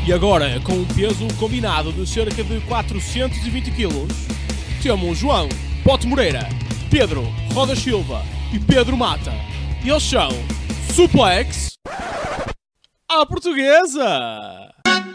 E agora, com um peso combinado de cerca de 420 kg, temos João Pote Moreira, Pedro Roda Silva e Pedro Mata. E eles são Suplex à Portuguesa!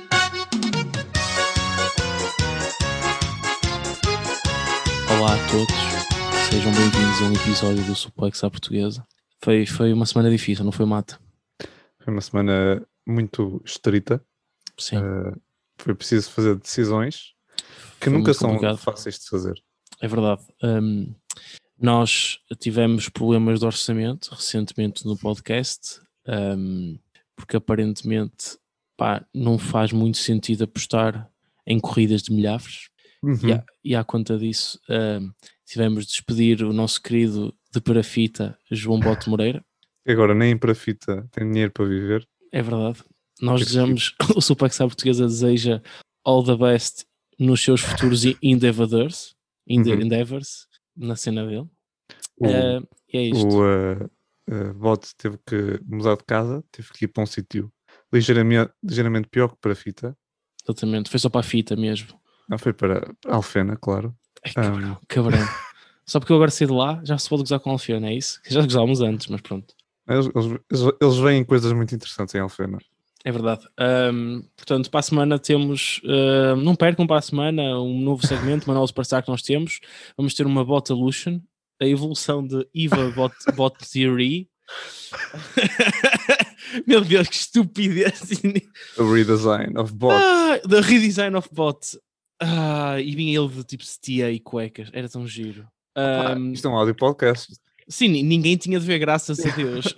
Olá a todos, sejam bem-vindos a um episódio do Suplex à Portuguesa. Foi uma semana difícil, não foi, Mata? Foi uma semana muito estrita. Sim. Foi preciso fazer decisões que Foi nunca muito são complicado. fáceis de fazer. É verdade. Nós tivemos problemas de orçamento recentemente no podcast, porque aparentemente não faz muito sentido apostar em corridas de milhares. E à conta disso, tivemos de despedir o nosso querido de parafita João Bote Moreira. Agora nem para fita tem dinheiro para viver. É verdade. Nós desejamos, o Suplex à Portuguesa deseja all the best nos seus futuros endeavors na cena dele. E é isto. O Bot teve que mudar de casa, teve que ir para um sítio ligeiramente pior que para fita. Exatamente, foi só para a fita mesmo. Não foi para Alfena, claro. Cabrão. Só porque eu agora saí de lá, já se pode gozar com a Alfena, é isso? Já gozávamos antes, mas pronto. Eles veem coisas muito interessantes em Alfena. É verdade. Portanto, para a semana temos... não percam para a semana um novo segmento, uma nova superstar que nós temos. Vamos ter uma Botalution, a evolução de Eva Bot Theory. Meu Deus, que estupidez! The redesign of Bot. The redesign of Bot. E vinha ele de tipo setia e cuecas. Era tão giro. Isto é um áudio podcast. Sim, ninguém tinha de ver, graças a Deus.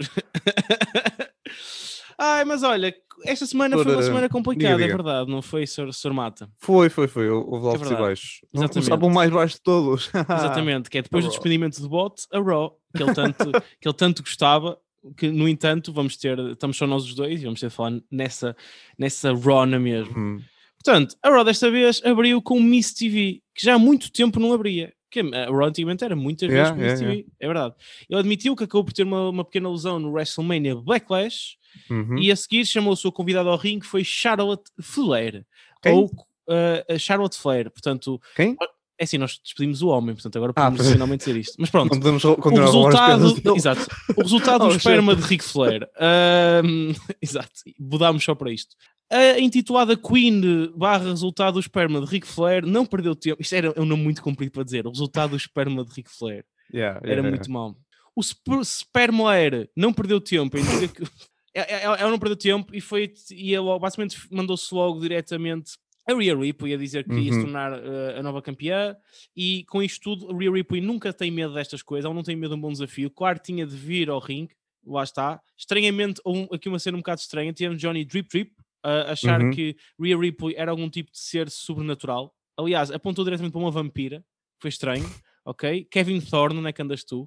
Mas olha, esta semana foi uma semana complicada, diga. É verdade, não foi, Sr. Mata? Foi. Houve altos e baixos. Exatamente. O mais baixo de todos. Exatamente, que é depois do despedimento do Bot, a Raw, que ele tanto gostava, que no entanto estamos só nós os dois e vamos ter de falar nessa Raw na mesmo. Portanto, a Raw desta vez abriu com o Miss TV, que já há muito tempo não abria. Que a Raw antigamente era muitas vezes com o Miss TV, é verdade. Ele admitiu que acabou por ter uma pequena lesão no WrestleMania Backlash e a seguir chamou o seu convidado ao ringue, que foi Charlotte Flair. Quem? Ou Charlotte Flair. Portanto, quem? É assim, nós despedimos o homem, portanto agora podemos finalmente dizer isto. Mas pronto, o resultado do esperma de Ric Flair. Exato, mudámos só para isto. A intitulada Queen / resultado do esperma de Ric Flair não perdeu tempo. Isto era um nome muito comprido para dizer. O resultado do esperma de Ric Flair era muito mau. O Spermlair não perdeu tempo em dizer que... Ela não perdeu tempo e ele basicamente mandou-se logo diretamente a Rhea Ripley a dizer que ia se tornar a nova campeã, e com isto tudo a Rhea Ripley nunca tem medo destas coisas, ela não tem medo de um bom desafio. Claro, tinha de vir ao ringue, lá está. Estranhamente, aqui uma cena um bocado estranha, tivemos Johnny Drip Drip a achar que Rhea Ripley era algum tipo de ser sobrenatural. Aliás, apontou diretamente para uma vampira, foi estranho, ok? Kevin Thorne, onde é que andas tu?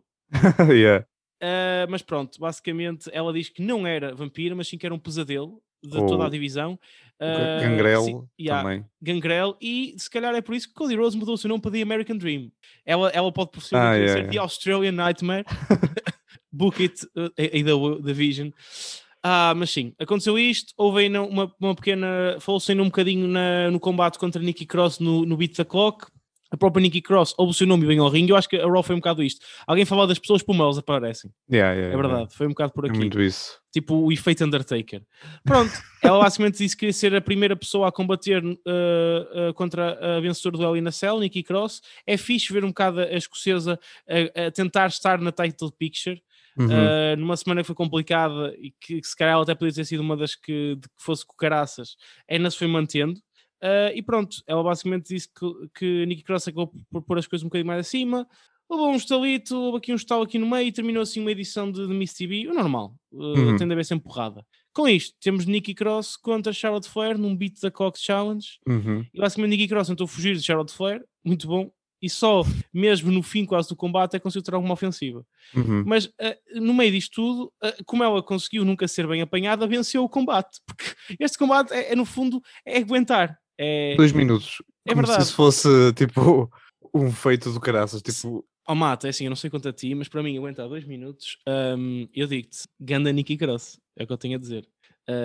Mas pronto, basicamente ela diz que não era vampira, mas sim que era um pesadelo de toda a divisão. Gangrel também. Gangrel, e se calhar é por isso que Cody Rhodes mudou o seu nome para The American Dream. Ela pode possivelmente ser The Australian Nightmare. Book it, the Vision. Mas sim, aconteceu isto. Houve ainda uma pequena... Falou-se ainda um bocadinho no combate contra Nikki Cross no Beat the Clock. A própria Nikki Cross ouve o seu nome e vem ao ringue. Eu acho que a Raw foi um bocado isto. Alguém falou das pessoas como elas aparecem. É verdade, foi um bocado por aqui. É muito isso. Tipo o efeito Undertaker. Pronto, ela basicamente disse que queria ser a primeira pessoa a combater contra a vencedora do Hell in a Cell, Nikki Cross. É fixe ver um bocado a escocesa a tentar estar na title picture. Numa semana que foi complicada e que se calhar ela até podia ter sido uma das que fosse com caraças, ainda se foi mantendo. E pronto, ela basicamente disse que Nikki Cross acabou por pôr as coisas um bocadinho mais acima. Levou um estalito, houve aqui um estalo aqui no meio e terminou assim uma edição de Miss TV, o normal, tende a haver sempre porrada. Com isto, temos Nikki Cross contra Charlotte Flair num Beat the Clock Challenge. E basicamente Nikki Cross tentou fugir de Charlotte Flair, muito bom, e só mesmo no fim quase do combate é conseguiu ter alguma ofensiva. Mas no meio disto tudo, como ela conseguiu nunca ser bem apanhada, venceu o combate, porque este combate no fundo é aguentar. 2 minutos. É como verdade. se isso fosse tipo um feito do caraças. Tipo... Mata, é assim, eu não sei quanto a ti, mas para mim aguentar 2 minutos, eu digo-te, ganda Nikki Cross, é o que eu tenho a dizer.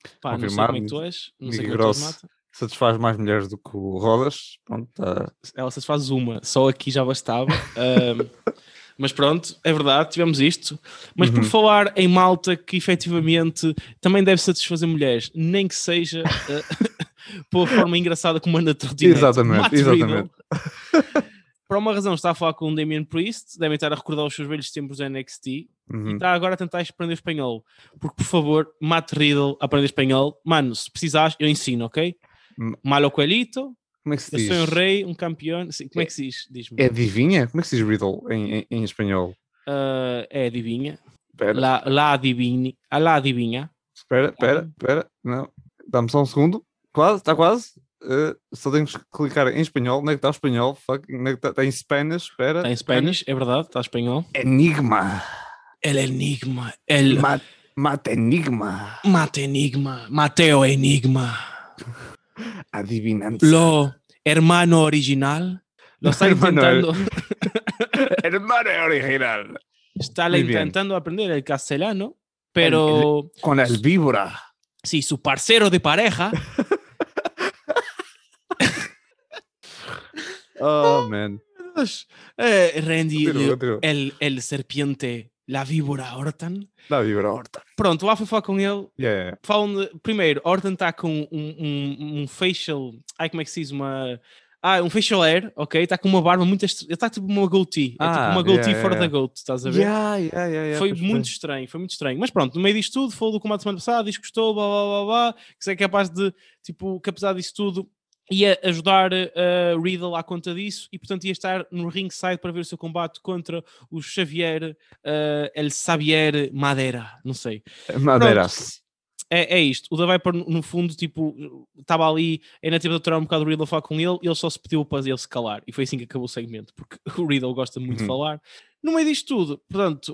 Pá, não sei como é que tu és. Não sei como é que tu és, Mata. Satisfaz mais mulheres do que o Rodas. Pronto, tá. Ela satisfaz uma, só aqui já bastava. Mas pronto, é verdade, tivemos isto. Mas por falar em malta que efetivamente também deve satisfazer mulheres, nem que seja pela forma engraçada como anda a trotinete. Exatamente. Por uma razão está a falar com o Damian Priest, devem estar a recordar os seus velhos tempos da NXT, e está agora a tentar aprender espanhol. Porque, por favor, Matt Riddle a aprender espanhol. Mano, se precisares, eu ensino, ok? Malo coelito. Como é que se diz? Eu sou um rei, um campeão. Como é que se diz? Diz-me. É adivinha? Como é que se diz Riddle em espanhol? É adivinha. Espera. La adivinha. Espera. Não. Dá-me só um segundo. Está quase. Só tenho que clicar em espanhol. Onde é que está o espanhol? Está em Spanish. Espera. Está em Spanish, é verdade. Está em espanhol. Enigma. El enigma. Mate enigma. Mateo enigma. Adivinanza. Lo hermano original. Lo está intentando. Hermano original. Está intentando aprender el castellano, pero... con el víbora. Sí, su parcero de pareja. Oh, man. Randy, el serpiente, la víbora Orton. Pronto, lá fui falar com ele. Yeah. Primeiro, Orton está com um facial... como é que se diz? Um facial hair, ok? Está com uma barba muito... Ele está tipo uma goatee. É tipo uma goatee fora da goat, estás a ver? Foi muito estranho. Mas pronto, no meio disto tudo, falou do combate semana passada, diz que gostou, blá blá blá blá, que é capaz de, tipo, que apesar disso tudo, ia ajudar Riddle à conta disso e, portanto, ia estar no ringside para ver o seu combate contra o Xavier, El Xavier Madeira, não sei. Madeiras. É isto. O da Viper, no fundo, tipo, estava ali, ainda teve de aturar um bocado o Riddle a falar com ele, e ele só se pediu para ele se calar. E foi assim que acabou o segmento, porque o Riddle gosta muito de falar. No meio disto tudo, portanto,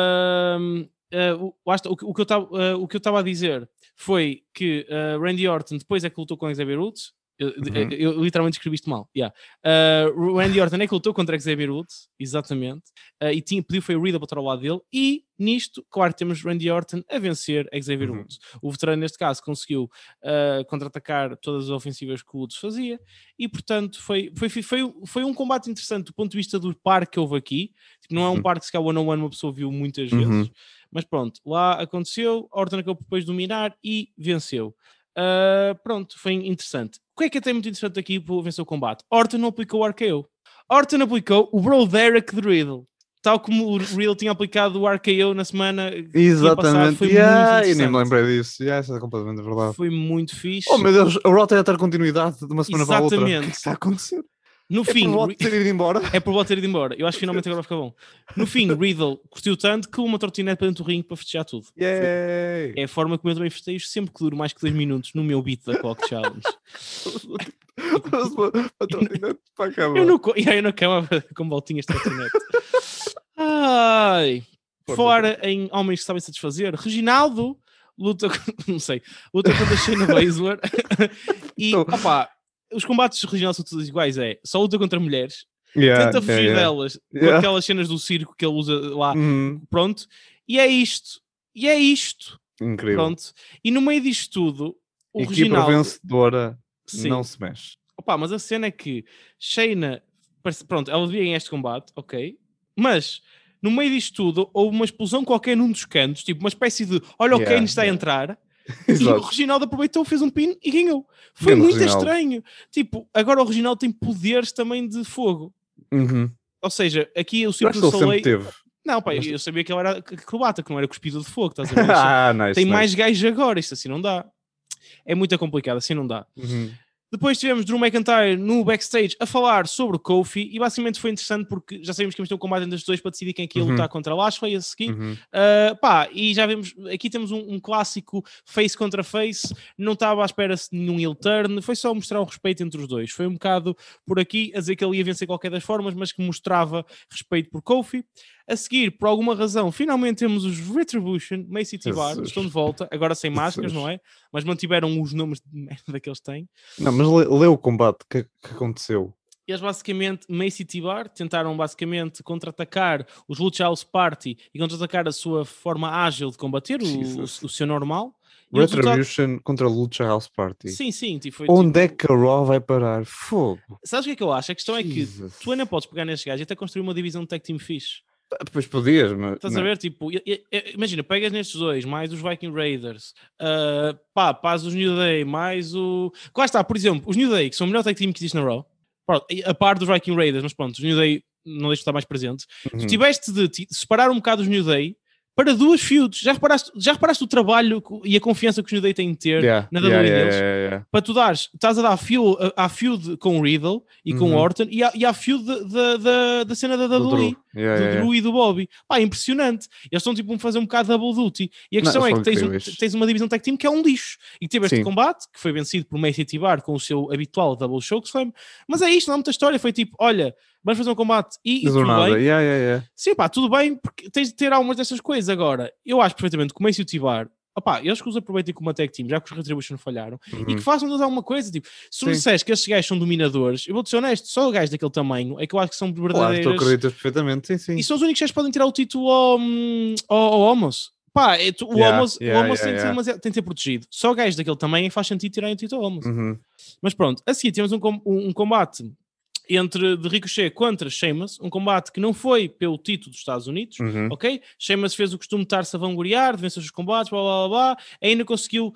o que eu estava a dizer foi que Randy Orton depois é que lutou com Xavier Woods. Eu literalmente escrevi isto mal. Randy Orton é que lutou contra Xavier Woods, exatamente, e pediu foi o Riddle para o lado dele, e nisto, claro, temos Randy Orton a vencer Xavier Woods. O veterano, neste caso, conseguiu contra-atacar todas as ofensivas que o Woods fazia, e portanto foi um combate interessante do ponto de vista do par que houve aqui. Tipo, não é um par que se calhar one-on-one uma pessoa viu muitas vezes, mas pronto, lá aconteceu, Orton acabou depois de dominar e venceu. Pronto, foi interessante. O que é até muito interessante aqui para vencer o combate? Orton não aplicou o RKO. Orton aplicou o Bro Derek de Riddle, tal como o Riddle tinha aplicado o RKO na semana exatamente. Foi muito e nem me lembrei disso. Isso é completamente verdade. Foi muito fixe. Oh meu Deus, o Raw tem a ter continuidade de uma semana para a outra. O que está a acontecer? No fim, por volta ter ido embora. É por volta ter ido embora. Eu acho que finalmente agora vai ficar bom. No fim, Riddle curtiu tanto que uma trotinete para dentro do ringue para festejar tudo. Yay. É a forma como eu também festejo sempre que duro mais que 2 minutos no meu beat da Clock Challenge. A trotinete para acabar. Eu não cama com voltinhas de trotinete. Ai. Fora em homens que sabem satisfazer, Reginaldo luta contra Shayna Baszler e opá, os combates regionais são todos iguais, só luta contra mulheres, tenta fugir delas com aquelas cenas do circo que ele usa lá, pronto, e é isto, incrível, pronto, e no meio disto tudo o Reginaldo, vencedora não se mexe. Opa, mas a cena é que Shayna, pronto, ela devia em este combate, ok, mas no meio disto tudo houve uma explosão qualquer num dos cantos, tipo uma espécie de olha o Kane está a entrar. E o Reginaldo aproveitou, fez um pin e ganhou. Foi muito estranho. Tipo, agora o Reginaldo tem poderes também de fogo. Ou seja, aqui o Circo do Soleil... Não, pá, eu sabia que ele era acrobata, que não era cuspido de fogo, estás a ver? Tem mais gajos agora, isto assim não dá. É muito complicado, assim não dá. Depois tivemos Drew McIntyre no backstage a falar sobre o Kofi e basicamente foi interessante porque já sabíamos que íamos ter um combate entre os dois para decidir quem é que ia lutar contra Lashley a seguir. E já vemos, aqui temos um clássico face contra face, não estava à espera de nenhum heel turn, foi só mostrar o respeito entre os dois. Foi um bocado por aqui a dizer que ele ia vencer qualquer das formas, mas que mostrava respeito por Kofi. A seguir, por alguma razão, finalmente temos os Retribution, Macy e T-Bar, estão de volta, agora sem máscaras, não é? Mas mantiveram os nomes de merda que eles têm. Não, mas lê o combate que aconteceu. Eles basicamente, Macy e T-Bar, tentaram basicamente contra-atacar os Lucha House Party e contra-atacar a sua forma ágil de combater, o seu normal. Retribution contra Lucha House Party. Sim. Tipo, onde é que a Raw vai parar? Fogo. Sabes o que é que eu acho? A questão é que tu ainda podes pegar nestes gajos e até construir uma divisão de tag team fixe. Pois podias, mas... Estás a ver? Tipo, imagina, pegas nestes dois, mais os Viking Raiders, pás os New Day, mais o... Lá está, por exemplo, os New Day, que são o melhor tag team que existe na Raw, a par dos Viking Raiders, mas pronto, os New Day não deixam de estar mais presentes. Tu tiveste de separar um bocado os New Day para duas feuds. Já reparaste o trabalho e a confiança que os New Day têm de ter na WWE deles? Para tu estás a dar a feud com o Riddle e com o Orton e a feud da cena da WWE, do Drew e do Bobby. Impressionante. Eles estão tipo a fazer um bocado double duty. E a questão é que tens uma divisão tag team que é um lixo. E teve este combate, que foi vencido por Macy T-Bar com o seu habitual double chokeslam. Mas é isto, não há muita história. Foi tipo, olha... Vamos fazer um combate e tudo bem. Sim, tudo bem, porque tens de ter algumas dessas coisas. Agora, eu acho perfeitamente que o Macy e o T-Bar, eles que os aproveitem como uma tag team, já que os Retribution falharam, e que façam deles alguma coisa. Tipo, se tu me disseres que estes gajos são dominadores, eu vou-te ser honesto, só gajos daquele tamanho é que eu acho que são verdadeiros. Claro, tu acreditas perfeitamente, sim. E são os únicos gajos que podem tirar o título ao Homos. O Homos tem de ser protegido. Só gajos daquele tamanho é que faz sentido tirarem o título ao Homos. Mas pronto, assim temos um combate de Ricochet contra Sheamus, um combate que não foi pelo título dos Estados Unidos, ok? Sheamus fez o costume de estar-se a vangloriar, de vencer os combates, blá blá blá, ainda conseguiu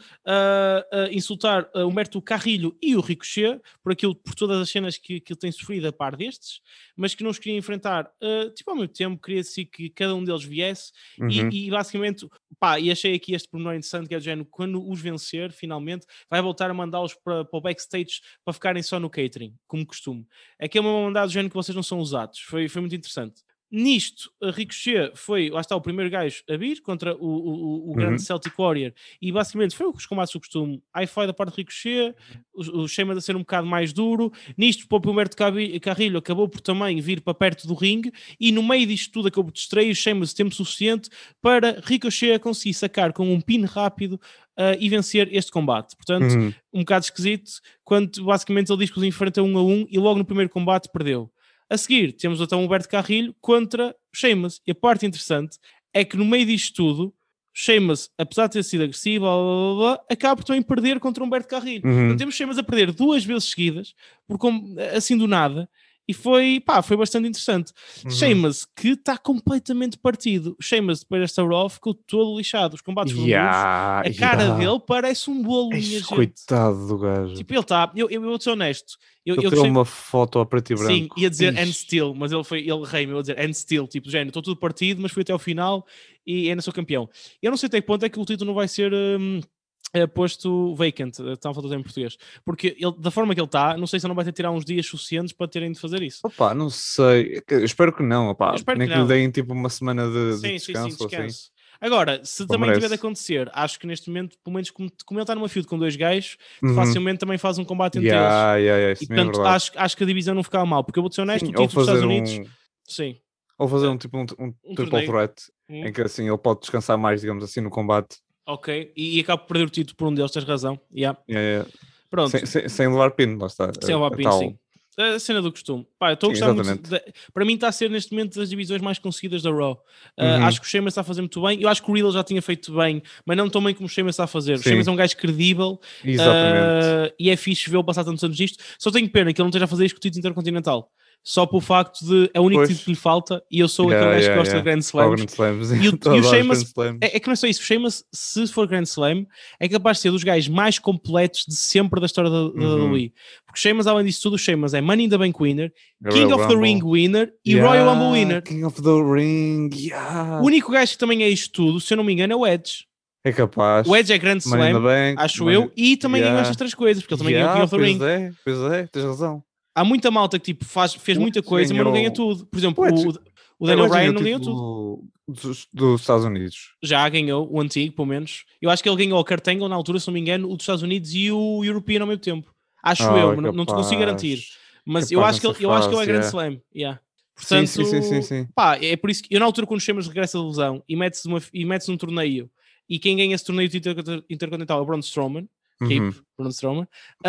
insultar o Humberto Carrilho e o Ricochet por todas as cenas que ele tem sofrido a par destes, mas que não os queria enfrentar ao mesmo tempo, queria-se que cada um deles viesse e basicamente, e achei aqui este pormenor interessante, que é do género, quando os vencer, finalmente, vai voltar a mandá-los para o backstage para ficarem só no catering, como costume. É que é uma mandada do género que vocês não são usados. Foi muito interessante. Nisto, a Ricochet foi, lá está, o primeiro gajo a vir contra o grande Celtic Warrior, e basicamente foi os combates do costume. Hi-Fi da parte de Ricochet, o Sheamus a ser um bocado mais duro. Nisto, o próprio Humberto Carrilho acabou por também vir para perto do ringue, e no meio disto tudo acabou por distrair o Sheamus tempo suficiente para Ricochet conseguir sacar com um pin rápido e vencer este combate. Portanto, um bocado esquisito, quando basicamente ele diz que os enfrenta 1-1 e logo no primeiro combate perdeu. A seguir, temos então o Humberto Carrilho contra Sheamus. E a parte interessante é que no meio disto tudo, Sheamus, apesar de ter sido agressivo, acaba por também perder contra o Humberto Carrilho. Então temos Sheamus a perder 2 vezes seguidas, assim do nada. E foi bastante interessante. Sheamus, que está completamente partido. Sheamus, depois desta Raw, ficou todo lixado. Os combates foram duros. A cara dele parece um bolo, minha gente. Coitado do gajo. Tipo, ele está... Eu vou ser honesto. Eu tirou uma foto a preto e branco. Sim, ia dizer and still, mas ele rei-me, eu ia dizer and still. Tipo, género, estou tudo partido, mas fui até ao final e ainda sou campeão. Eu não sei até que ponto é que o título não vai ser... posto vacant, está a faltar em português, porque ele, da forma que ele está, não sei se não vai ter de tirar uns dias suficientes para terem de fazer isso. Não sei, eu espero que não, nem que lhe deem tipo uma semana de descanso. Sim. Assim. Agora, se também tiver de acontecer, acho que neste momento, pelo menos como ele está numa feud com 2 gajos, facilmente também faz um combate entre eles. E portanto, acho que a divisão não ficava mal, porque eu vou ser honesto, o título dos Estados Unidos... Sim. Ou fazer um triple threat, em que assim ele pode descansar mais, digamos assim, no combate. Ok, e acaba por perder o título por um deles, tens razão. Pronto. Sem levar pin, lá está. Sem levar pin, sim. A cena do costume. Estou a gostar muito. Para mim está a ser neste momento das divisões mais conseguidas da Raw. Acho que o Sheamus está a fazer muito bem. Eu acho que o Riddle já tinha feito bem, mas não tão bem como o Sheamus está a fazer. O Sheamus é um gajo credível. E é fixe vê-lo passar tantos anos nisto. Só tenho pena que ele não esteja a fazer isto com o título intercontinental. Só pelo facto de é o único título que lhe falta e eu sou aquele gajo que gosta de Grand Slams. E o Sheamus é que não é só isso. O Sheamus, se for Grand Slam, é capaz de ser dos gajos mais completos de sempre da história da WWE. Porque o Sheamus, além disso tudo, o Sheamus é Money in the Bank winner, King of the Ring winner e Royal Rumble winner. King of the Ring, O único gajo que também é isto tudo, se eu não me engano, é o Edge. É capaz. O Edge é Grand Slam, acho eu, e também ganhou estas 3 coisas, porque ele também ganhou o King of the Ring. Pois é, tens razão. Há muita malta que tipo, fez muita coisa, mas não ganha tudo. Por exemplo, o Daniel Bryan não ganhou tudo. Dos Estados Unidos. Já ganhou, o antigo, pelo menos. Eu acho que ele ganhou o Kurt Angle na altura, se não me engano, o dos Estados Unidos e o European ao mesmo tempo. Acho eu, mas não te consigo garantir. Mas eu acho que ele é Grand Slam. Portanto, sim. É por isso que eu na altura, quando o Sheamus regressa da lesão e metes um torneio, e quem ganha esse torneio intercontinental é o Braun Strowman. Braun Strowman.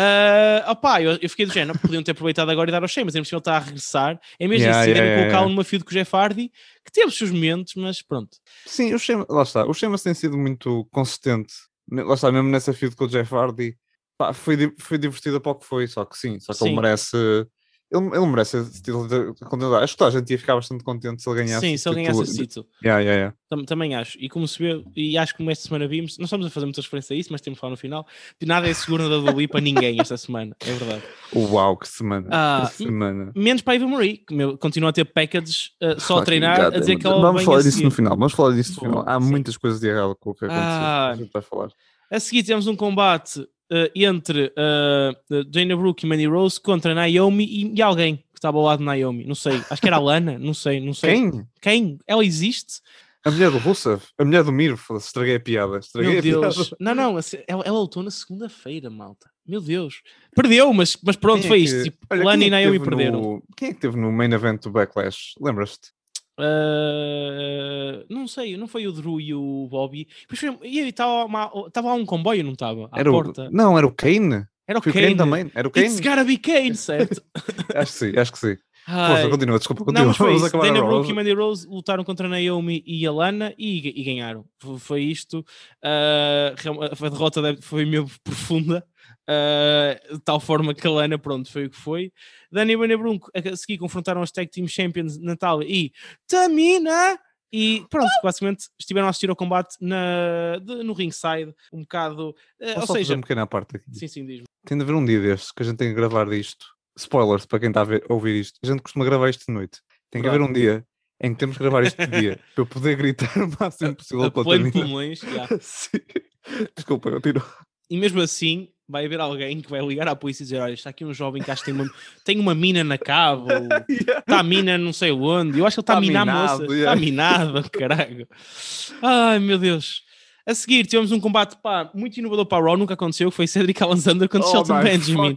Eu fiquei do género, podiam ter aproveitado agora e dar ao Sheamus, mas ele está a regressar. É mesmo assim, devem colocá-lo numa feud com o Jeff Hardy, que teve os seus momentos, mas pronto. Sim, lá está. O Sheamus tem sido muito consistente lá está, mesmo nessa feud com o Jeff Hardy, pá, foi divertida para o que foi, só que sim. Ele merece... Ele merece esse título de continuidade. Acho que toda a gente ia ficar bastante contente se ele ganhasse. Sim, se ele ganhasse esse título. Yeah. Também acho. E como se vê, e acho que esta semana vimos, não estamos a fazer muita referência a isso, mas temos que falar no final, de nada é seguro da WWE para ninguém esta semana, é verdade. Uau, que semana. Que semana. Menos para a Eva Marie, que continua a ter packages só a treinar, a dizer que ela vamos falar disso no final. Há muitas coisas de errado com o que aconteceu. A gente vai falar. A seguir temos um combate entre Dana Brooke e Mandy Rose contra Naomi e alguém que estava ao lado de Naomi. Não sei, acho que era a Lana, não sei. Quem? Ela existe? A mulher do Rusev, a mulher do Miro, estraguei a piada. Meu Deus. Não, ela lutou na segunda-feira, malta. Meu Deus. Perdeu, mas pronto, foi isto. Tipo, Lana e Naomi perderam. Quem é que teve no main event do Backlash? Lembras-te? Não sei, não foi o Drew e o Bobby. E estava lá um comboio, não estava? Porta. Não, era o Kane. Era o Kane também. Era o Kane. It's gotta be Kane, certo? acho que sim. Força, continua. Não, mas foi isso. Dana Brooke e Mandy Rose lutaram contra Naomi e a Lana e ganharam. Foi isto. A derrota foi meio profunda. De tal forma que a Lana, pronto, foi o que foi. Dana e Mandy Brooke a seguir confrontaram as Tag Team Champions Natália e Tamina. E pronto, basicamente estiveram a assistir ao combate no ringside, um bocado. Ou seja, fazer uma pequena parte aqui. Sim, diz-me. Tem de haver um dia destes que a gente tem que gravar disto. Spoilers para quem está a ouvir isto. A gente costuma gravar isto de noite. Tem que haver um dia em que temos que gravar isto de dia para eu poder gritar o máximo possível para a Tamina. Pulmões, Sim. Desculpa, continua. E mesmo assim, vai haver alguém que vai ligar à polícia e dizer: olha, está aqui um jovem que acho que tem uma mina na cave, ou está a mina não sei onde. Eu acho que ele está a minar a moça. Está minado, caralho. Ai, meu Deus. A seguir, tivemos um combate muito inovador para a Raw, nunca aconteceu, que foi Cedric Alexander contra Shelton Benjamin.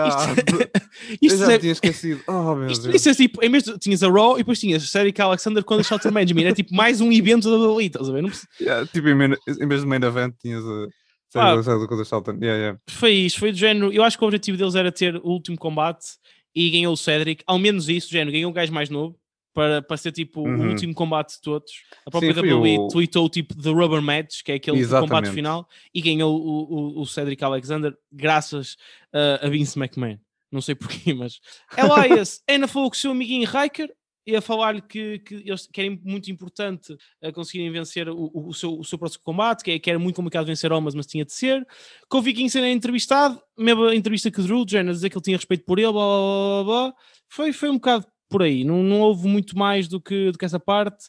Isto já tinha esquecido. Oh, meu Deus. Isto é tipo, em vez de tinhas a Raw e depois tinhas Cedric Alexander contra Shelton Benjamin. É tipo mais um evento da WWE, estás a ver? Tipo, em vez de main event, tinhas a Alexander contra Shelton. Foi do género. Eu acho que o objetivo deles era ter o último combate e ganhou o Cedric. Ao menos isso, do género, ganhou um gajo mais novo. Para ser tipo o último combate de todos. A própria WWE tweetou tipo The Rubber Match, que é aquele combate final, e ganhou o Cedric Alexander graças a Vince McMahon. Não sei porquê, mas Elias ainda falou com o seu amiguinho Riker e a falar-lhe que eles querem muito importante conseguirem vencer o seu próximo combate, que era muito complicado vencer Omas, mas tinha de ser. Kofi Kingston é entrevistado, mesma entrevista que Drew, Jenner dizer que ele tinha respeito por ele, blá, blá, blá, blá. Foi um bocado por aí, não houve muito mais do que essa parte.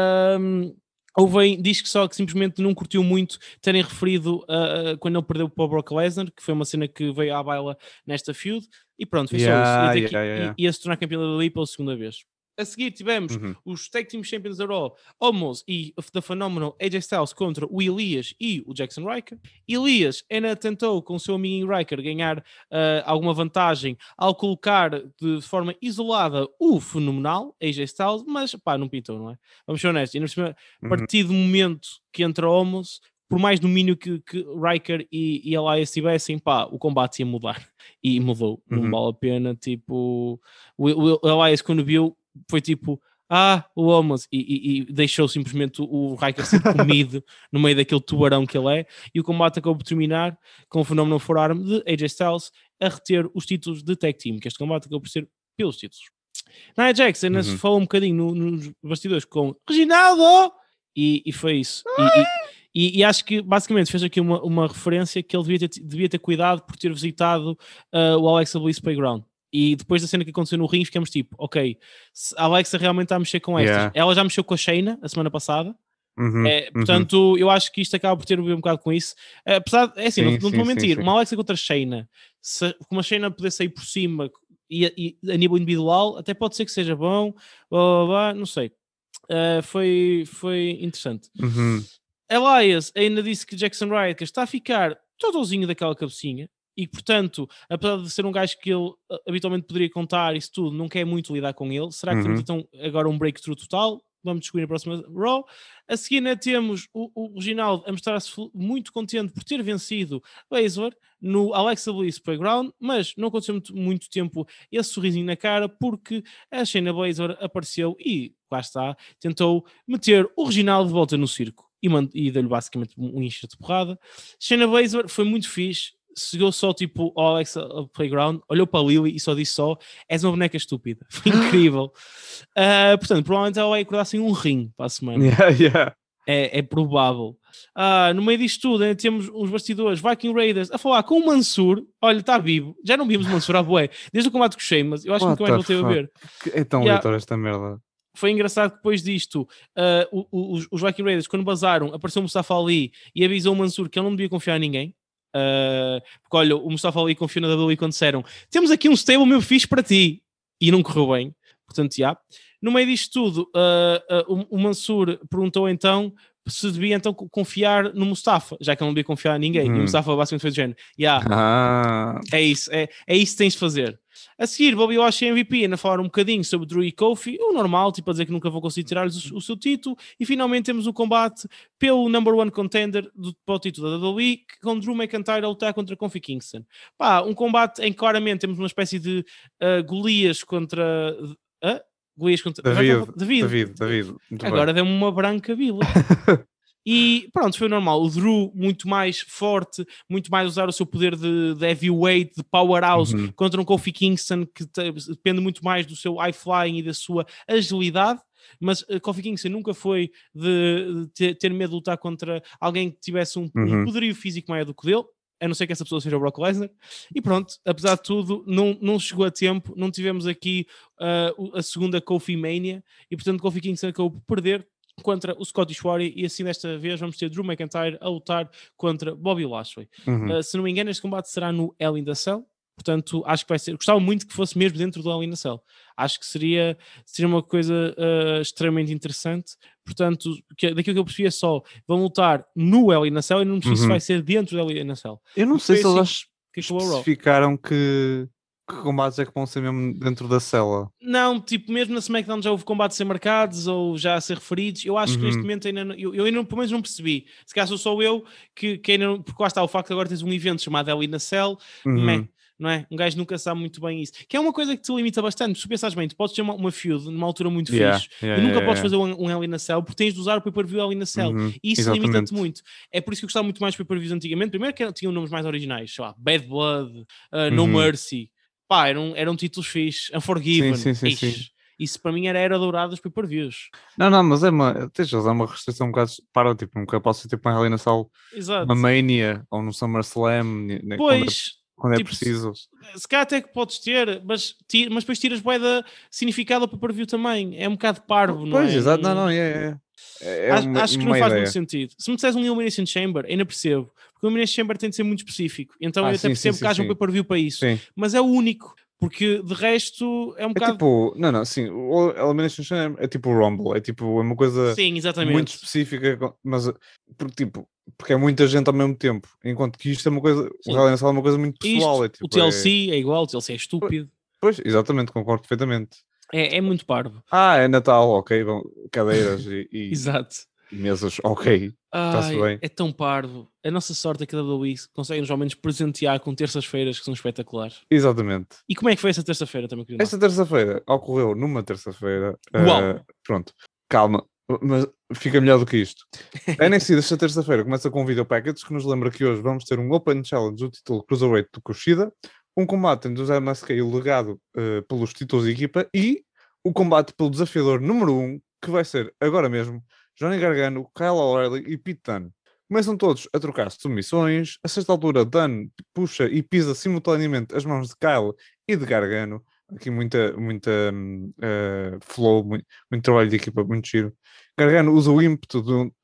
Diz que só que simplesmente não curtiu muito terem referido quando ele perdeu para o Brock Lesnar, que foi uma cena que veio à baila nesta feud, e pronto, foi só isso. Ia se tornar campeão da WWE pela segunda vez. A seguir tivemos os Tag Team Champions da Raw, Omos e The Phenomenal AJ Styles contra o Elias e o Jackson Ryker. Elias ainda tentou com o seu amiguinho Ryker ganhar alguma vantagem ao colocar de forma isolada o fenomenal AJ Styles, mas não pintou, não é? Vamos ser honestos. E a partir do momento que entra Omos, por mais domínio que Ryker e Elias tivessem, o combate ia mudar. E mudou. Não vale a pena, tipo... O Elias, quando viu, foi tipo, o Omos, e deixou simplesmente o Ryker ser comido no meio daquele tubarão que ele é, e o combate acabou por terminar com o fenómeno forearm de AJ Styles a reter os títulos de Tag Team, que este combate acabou por ser pelos títulos. Nia Jax ainda se falou um bocadinho nos bastidores com Reginaldo, e foi isso. E acho que basicamente fez aqui uma referência que ele devia ter cuidado por ter visitado o Alexa Bliss Playground. E depois da cena que aconteceu no ringue, ficamos tipo, ok, a Alexa realmente está a mexer com estas. Ela já mexeu com a Shayna a semana passada. Portanto, eu acho que isto acaba por ter a ver um bocado com isso. Apesar de, não te vou mentir, uma Alexa contra a Shayna, como a Shayna poder sair por cima e a nível individual, até pode ser que seja bom, não sei. Foi interessante. Elias ainda disse que Jackson Ryker está a ficar todozinho daquela cabecinha. E, portanto, apesar de ser um gajo que ele habitualmente poderia contar isso tudo, não quer muito lidar com ele. Será que temos então agora um breakthrough total? Vamos descobrir na próxima Raw. A seguir, né, temos o Reginaldo a mostrar-se muito contente por ter vencido Baszler no Alexa Bliss Playground, mas não aconteceu muito tempo esse sorrisinho na cara, porque a Shayna Baszler apareceu e, lá está, tentou meter o Reginaldo de volta no circo. e deu-lhe basicamente um enxerto de porrada. Shayna Baszler foi muito fixe, chegou só tipo ao Alexa Playground, olhou para a Lily e só disse és uma boneca estúpida. Foi incrível. Portanto, provavelmente ela vai acordar sem um rim para a semana. É provável. No meio disto tudo, ainda temos os bastidores Viking Raiders a falar com o Mansur. Olha, está vivo. Já não vimos o Mansur à bué. Desde o combate com o Sheamus, eu acho que nunca mais voltei a ver. É tão leitor esta merda. Foi engraçado que depois disto, os Viking Raiders, quando bazaram, apareceu o Mustafa Ali e avisou o Mansur que ele não devia confiar em ninguém. Porque olha, o Mustafa Ali confiou na WWE quando disseram: temos aqui um stable meu fixe para ti. E não correu bem. Portanto, no meio disto tudo, o Mansur perguntou então se devia então confiar no Mustafa, já que ele não devia confiar em ninguém. E o Mustafa basicamente foi do género: é isso que tens de fazer. A seguir, Bobby Lashley e MVP ainda falaram um bocadinho sobre Drew e Kofi, o normal, tipo a dizer que nunca vou conseguir tirar-lhes o seu título, e finalmente temos o combate pelo number one contender para o título da WWE, com Drew McIntyre a lutar contra Kofi Kingston. Um combate em que claramente temos uma espécie de Golias contra... Golias contra... David. Agora deu-me uma branca vila. E pronto, foi normal. O Drew muito mais forte, muito mais usar o seu poder de heavyweight, de powerhouse, contra um Kofi Kingston que depende muito mais do seu high flying e da sua agilidade. Mas Kofi Kingston nunca foi de ter medo de lutar contra alguém que tivesse um poderio físico maior do que o dele, a não ser que essa pessoa seja o Brock Lesnar. E pronto, apesar de tudo, não chegou a tempo, não tivemos aqui a segunda Kofi Mania, e portanto Kofi Kingston acabou por perder contra o Scottish Warrior, e assim desta vez vamos ter Drew McIntyre a lutar contra Bobby Lashley. Se não me engano, este combate será no Hell in the Cell, portanto acho que vai ser, gostava muito que fosse mesmo dentro do Hell in the Cell, acho que seria uma coisa extremamente interessante. Portanto, daquilo que eu percebi é só vão lutar no Hell in the Cell, e não sei se vai ser dentro do Hell in the Cell. Eu não sei se eles especificaram que combates é que vão ser mesmo dentro da cela. Não, tipo, mesmo na SmackDown já houve combates a ser marcados ou já a ser referidos. Eu acho que neste momento ainda eu ainda pelo menos não percebi. Se calhar sou só eu que ainda não, porque lá está o facto de agora tens um evento chamado Hell in a Cell, não é? Um gajo nunca sabe muito bem isso. Que é uma coisa que te limita bastante. Se tu pensares bem, tu podes ter uma feud numa altura muito fixe e nunca podes fazer um Hell in a Cell porque tens de usar o pay-per-view Hell in a Cell. E isso limita-te muito. É por isso que eu gostava muito mais de pay-per-views antigamente. Primeiro que tinham nomes mais originais, sei lá, Bad Blood, No Mercy. Eram títulos fixes, Unforgiven. Sim. Isso para mim era a era dourada dos pay-per-views. Não, mas é uma restrição um bocado para, tipo, nunca posso ser tipo uma Hell in a Cell, uma Mania ou no SummerSlam, quando é preciso. Se calhar até que podes ter, mas depois tiras bué da significado ao pay-per-view também. É um bocado parvo, não é? Pois, exato, acho que não faz muito sentido. Se me disseres um Elimination Chamber, ainda percebo, porque o Elimination Chamber tem de ser muito específico, então eu até percebo que haja um pay-per-view para isso, mas é o único, porque de resto é um bocado... tipo, o Elimination Chamber é tipo o Rumble, é tipo uma coisa muito específica, mas porque é muita gente ao mesmo tempo, enquanto que isto é uma coisa, o Hell in a Cell é uma coisa muito pessoal. O TLC é igual, o TLC é estúpido. Pois, exatamente, concordo perfeitamente. É muito parvo. É Natal, ok, bom, cadeiras e Exato. mesas, ok, está-se bem. É tão parvo. A nossa sorte é que a WWE consegue-nos ao menos presentear com terças-feiras que são espetaculares. Exatamente. E como é que foi essa terça-feira também, querido? Esta terça-feira ocorreu numa terça-feira. Pronto, calma, mas fica melhor do que isto. A NXT desta terça-feira começa com um video package que nos lembra que hoje vamos ter um Open Challenge do título Cruiserweight do Kushida, um combate entre o MSK e o legado pelos títulos de equipa, e o combate pelo desafiador número 1, que vai ser agora mesmo Johnny Gargano, Kyle O'Reilly e Pete Dunne. Começam todos a trocar-se submissões. A certa altura, Dunne puxa e pisa simultaneamente as mãos de Kyle e de Gargano. Aqui muita flow, muito trabalho de equipa, muito giro. Gargano usa o ímpeto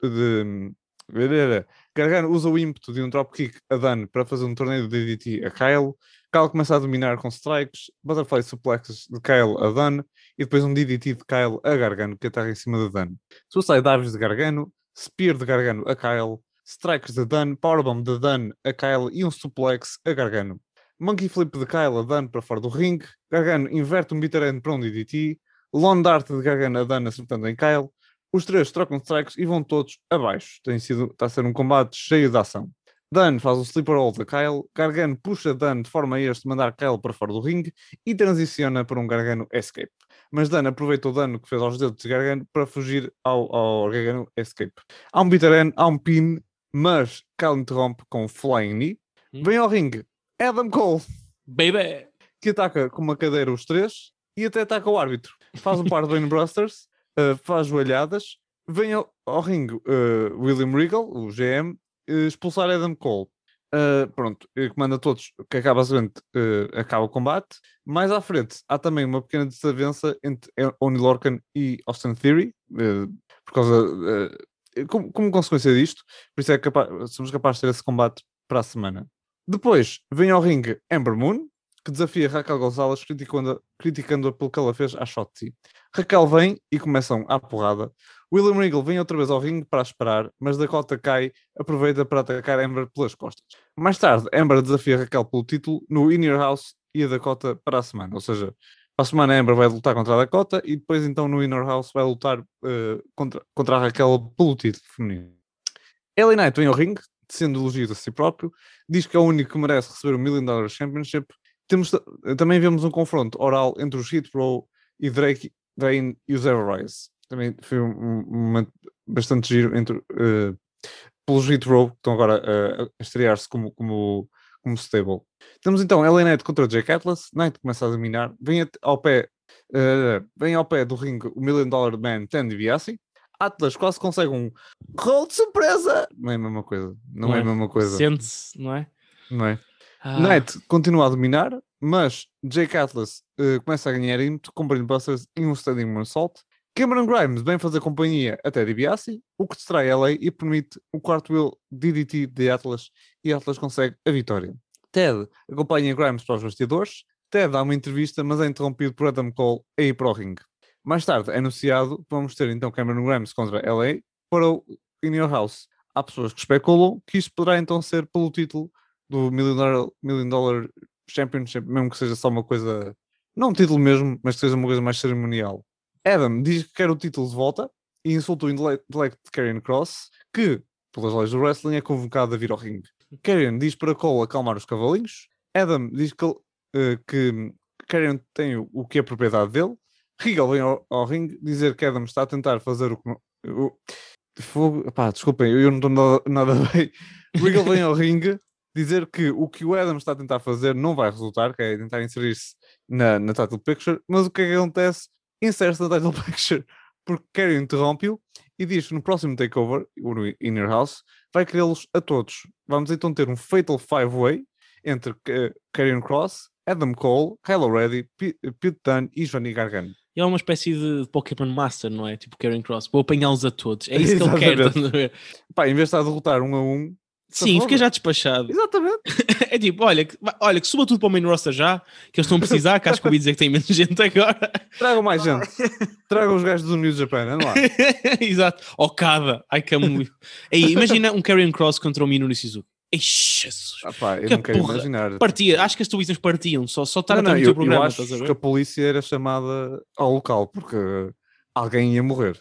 de um dropkick a Dunne para fazer um torneio de DDT a Kyle. Kyle começa a dominar com strikes, butterfly suplexes de Kyle a Dunne e depois um DDT de Kyle a Gargano que aterra em cima de Dunne. Suicide dives de Gargano, spear de Gargano a Kyle, strikes de Dunne, powerbomb de Dunne a Kyle e um suplex a Gargano. Monkey flip de Kyle a Dunne para fora do ringue, Gargano inverte um bitter end para um DDT, lawn dart de Gargano a Dunne acertando em Kyle. Os três trocam strikes e vão todos abaixo. Está a ser um combate cheio de ação. Dunne faz o sleeper hold a Kyle, Gargano puxa Dunne de forma a este mandar Kyle para fora do ringue e transiciona para um Gargano escape. mas Dan aproveita o dano que fez aos dedos de Gargano para fugir ao Gargano Escape. Há um bitter end, há um pin, mas Kyle interrompe com um flying knee. Vem ao ringue Adam Cole, baby, que ataca com uma cadeira os três e até ataca o árbitro. Faz um par de Brainbusters, faz joelhadas, vem ao ringue William Regal, o GM, expulsar Adam Cole. Pronto, comanda todos, que acaba o combate. Mais à frente há também uma pequena desavença entre Oney Lorcan e Austin Theory, por causa como consequência disto. Por isso somos capazes de ter esse combate para a semana. Depois vem ao ringue Ember Moon, que desafia Raquel Gonzalez, criticando-a pelo que ela fez à Shotzi. Raquel vem e começam à porrada. William Regal vem outra vez ao ringue para esperar, mas Dakota Kai aproveita para atacar Ember pelas costas. Mais tarde, Ember desafia Raquel pelo título no In Your House e a Dakota para a semana. Ou seja, para a semana a Ember vai lutar contra a Dakota e depois então no In Your House vai lutar contra a Raquel pelo título feminino. LA Knight vem ao ringue, sendo elogiado a si próprio, diz que é o único que merece receber o $1 Million Championship. Também vemos um confronto oral entre os Hit Row e Drake, Dane e os Ever-Rise. Também foi um momento bastante giro pelos Hit Row, que estão agora a estrear-se como stable. Temos então LA Knight contra Jake Atlas. Knight começa a dominar, vem ao pé do ringue o $1 Million Man Ted DiBiase. Atlas quase consegue um roll de surpresa. Não é a mesma coisa. Não é a mesma coisa. Sente-se, não é? Não é? Knight continua a dominar, mas Jake Atlas começa a ganhar ímpeto com Brainbusters e um Standing Moonsault. Cameron Grimes vem fazer companhia até DiBiase, o que distrai LA e permite o cartwheel DDT de Atlas, e Atlas consegue a vitória. Ted acompanha Grimes para os bastidores. Ted dá uma entrevista, mas é interrompido por Adam Cole a ir para o ringue. Mais tarde é anunciado que vamos ter então Cameron Grimes contra LA para o In Your House. Há pessoas que especulam que isto poderá então ser pelo título do $1 Million Championship, mesmo que seja só uma coisa, não um título mesmo, mas que seja uma coisa mais cerimonial. Adam diz que quer o título de volta e insulta o intelecto de Karrion Kross, que, pelas leis do wrestling, é convocado a vir ao ringue. Karrion diz para Cole acalmar os cavalinhos. Adam diz que Karrion tem o que é propriedade dele. Regal vem ao ringue dizer que Adam está a tentar fazer desculpem, eu não estou nada bem. Regal vem ao ringue dizer que o Adam está a tentar fazer não vai resultar, que é tentar inserir-se na title picture, mas o que é que acontece? Insere-se na title picture, porque Karrion interrompe-o e diz que no próximo takeover, o In Your House, vai querê-los a todos. Vamos então ter um Fatal 5-Way entre Karrion Kross, Adam Cole, Kyle O'Reilly, Pete Dunne e Johnny Gargano. E é uma espécie de Pokémon Master, não é? Tipo Karrion Kross. Vou apanhá-los a todos. É isso que ele quer. Pá, em vez de estar a derrotar um a um... Sim, fica já despachado. Exatamente. É tipo, olha, que suba tudo para o main roster já, que eles estão a precisar, que acho que ouvi dizer que tem menos gente agora. Tragam mais gente. Tragam os gajos do New Japan, não lá. Exato. Okada. Ai, que muito. Imagina um Karrion Kross contra o Minoru Suzuki. Ei, Jesus. Eu não quero imaginar. Partia. Acho que as televisões partiam. Só estar não, a ter o programa. Eu acho que a polícia era chamada ao local, porque alguém ia morrer.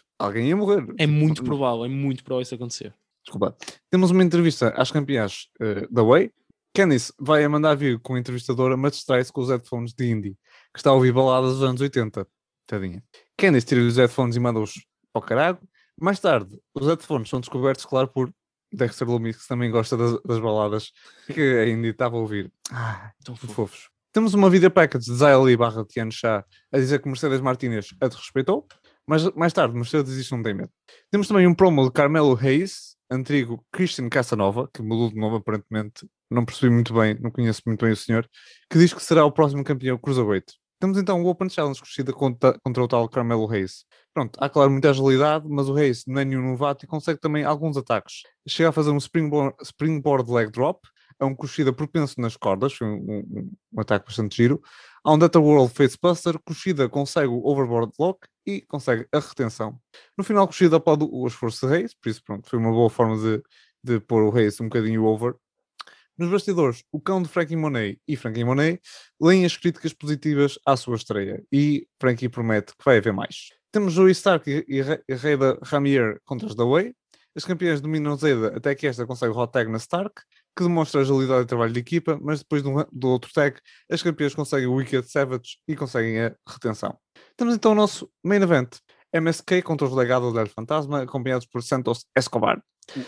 É muito provável isso acontecer. Desculpa. Temos uma entrevista às campeãs da Way. Candice vai a mandar vir com a entrevistadora, mas distrai-se com os headphones de Indy, que está a ouvir baladas dos anos 80. Tadinha. Candice tira os headphones e manda-os ao caralho. Mais tarde, os headphones são descobertos, claro, por Dexter Lumis, que também gosta das baladas que a Indy estava a ouvir. Tão fofos. Temos uma video package de Zia Lee / Tian Sha a dizer que Mercedes Martinez a desrespeitou, mas mais tarde Mercedes diz que não tem medo. Temos também um promo de Carmelo Hayes, antigo Christian Casanova, que mudou de nome aparentemente, não percebi muito bem, não conheço muito bem o senhor, que diz que será o próximo campeão Cruiserweight. Temos então o Open Challenge corrida contra o tal Carmelo Hayes. Pronto, há claro muita agilidade, mas o Hayes não é nenhum novato e consegue também alguns ataques. Chega a fazer um springboard leg drop, é um corrida propenso nas cordas, foi um ataque bastante giro. Há um Data World Facebuster, corrida consegue o overboard lock e consegue a retenção. No final, corrida pode o esforço de Hayes, por isso pronto, foi uma boa forma de pôr o Hayes um bocadinho over. Nos bastidores, o cão de Frankie Monet e Frankie Monet leem as críticas positivas à sua estreia e Frankie promete que vai haver mais. Temos Joey Stark e Reda Ramier contra os The Way. As campeãs dominam Zayda até que esta consegue o hot tag na Stark, que demonstra agilidade e trabalho de equipa, mas depois do outro tag, as campeãs conseguem o Wicked Savage e conseguem a retenção. Temos então o nosso main event. MSK contra os legados do El Fantasma, acompanhados por Santos Escobar.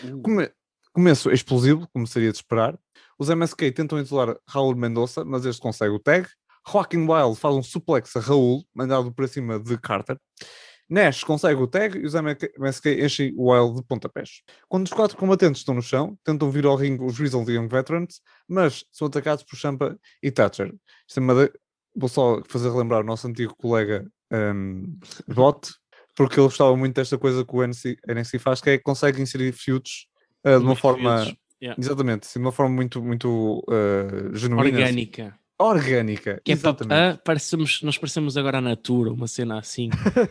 Começo explosivo, como seria de esperar. Os MSK tentam isolar Raul Mendoza, mas este consegue o tag. Joaquin Wild faz um suplex a Raul, mandado para cima de Carter. Nash consegue o tag e os MSK enchem o Wild de pontapés. Quando os 4 combatentes estão no chão, tentam vir ao ringue os Grizzled Young Veterans, mas são atacados por Ciampa e Thatcher. Vou só fazer relembrar o nosso antigo colega Bot, porque ele gostava muito desta coisa que o NXT faz, que é que consegue inserir feuds de uma forma... Exatamente, de uma forma muito, muito genuína. Orgânica, que exatamente. Nós parecemos agora a Natura, uma cena assim.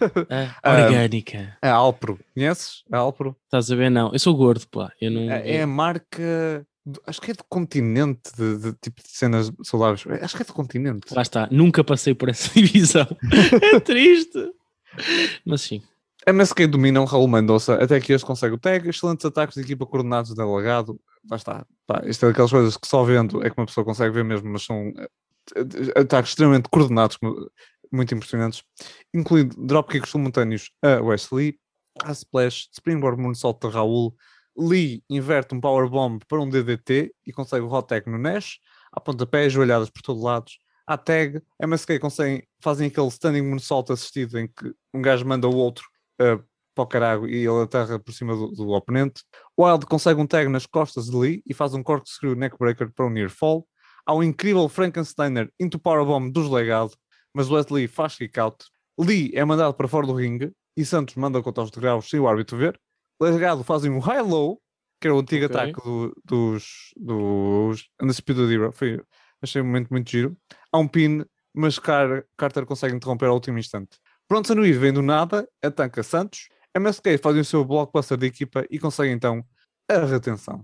Orgânica. A Alpro, conheces? A Alpro? Estás a ver? Não, eu sou gordo, pá. É a marca, acho que é do Continente, de tipo de cenas saudáveis. Acho que é do Continente. Lá está, nunca passei por essa divisão. É triste. Mas sim. MSK dominam Raul Mendoza até que este consegue o tag. Excelentes ataques de equipa coordenados de delegado. Lá está. Isto é daquelas coisas que só vendo é que uma pessoa consegue ver mesmo, mas são ataques extremamente coordenados, muito impressionantes, incluindo dropkicks simultâneos a Wesley, a Splash, Springboard Moonsault de Raul. Lee inverte um Powerbomb para um DDT e consegue o hot tag no Nash, a pontapé, joelhadas por todos lados. À tag, MSK fazem aquele standing moonsault assistido em que um gajo manda o outro para o caralho e ele aterra por cima do oponente. Wild consegue um tag nas costas de Lee e faz um corkscrew neckbreaker para um near fall. Há um incrível Frankensteiner into Powerbomb dos legado, mas Wesley faz kick out. Lee é mandado para fora do ringue e Santos manda contra os degraus sem o árbitro ver. Legado fazem um high-low, que era o antigo ataque dos Undisputed Era. Achei um momento muito giro. Há um pin, mas Carter consegue interromper ao último instante. Pronto, a Nuir vem do nada, ataca Santos. MSK fazem o seu blockbuster de equipa e consegue então a retenção.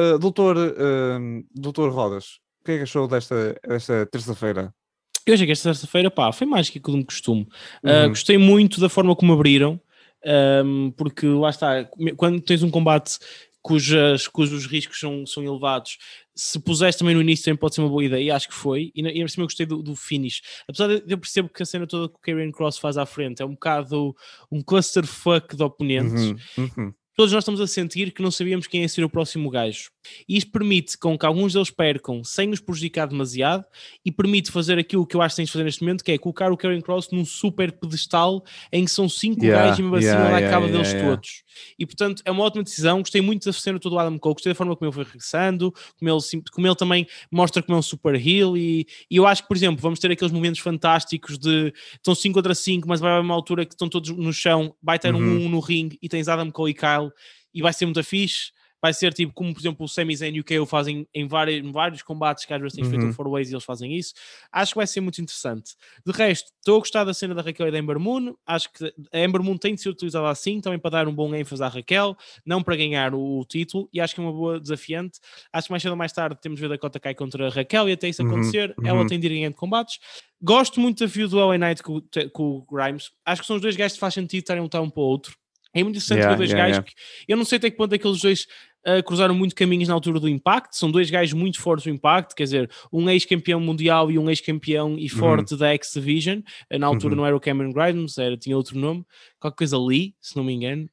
Doutor Rodas, o que é que achou desta terça-feira? Eu achei que esta terça-feira, foi mais que de costume. Gostei muito da forma como abriram, porque lá está, quando tens um combate cujos riscos são elevados, se puseres também no início também pode ser uma boa ideia, e acho que foi, e eu gostei do finish, apesar de eu percebo que a cena toda que o Karrion Kross faz à frente é um bocado um clusterfuck de oponentes. Todos nós estamos a sentir que não sabíamos quem ia ser o próximo gajo. E isto permite com que alguns deles percam sem os prejudicar demasiado e permite fazer aquilo que eu acho que tens de fazer neste momento, que é colocar o Karrion Kross num super pedestal em que são 5 gajos e mesmo assim ela acaba deles todos. E portanto é uma ótima decisão. Gostei muito da cena toda do Adam Cole, gostei da forma como ele foi regressando, como ele também mostra como é um super heel e eu acho que, por exemplo, vamos ter aqueles momentos fantásticos de estão 5 contra 5, mas vai haver uma altura que estão todos no chão, vai ter um no ringue e tens Adam Cole e Kyle e vai ser muito fixe. Vai ser tipo como, por exemplo, o Sami Zayn e o KO fazem em vários combates que às vezes têm feito um 4-ways e eles fazem isso. Acho que vai ser muito interessante. De resto, estou a gostar da cena da Raquel e da Ember Moon. Acho que a Ember Moon tem de ser utilizada assim, também para dar um bom ênfase à Raquel, não para ganhar o título, e acho que é uma boa desafiante. Acho que mais cedo ou mais tarde temos de ver Dakota Kai contra a Raquel e até isso acontecer, ela tem de ir ganhando combates. Gosto muito da view do LA Knight com o Grimes. Acho que são os dois gajos que faz sentido estarem a lutar um para o outro. É muito interessante ver dois gajos que eu não sei até que ponto é que eles dois cruzaram muito caminhos na altura do Impact. São dois gajos muito fortes do Impact, quer dizer, um ex-campeão mundial e um ex-campeão e forte da X-Division. Na altura não era o Cameron Grimes, tinha outro nome, qualquer coisa Lee, se não me engano.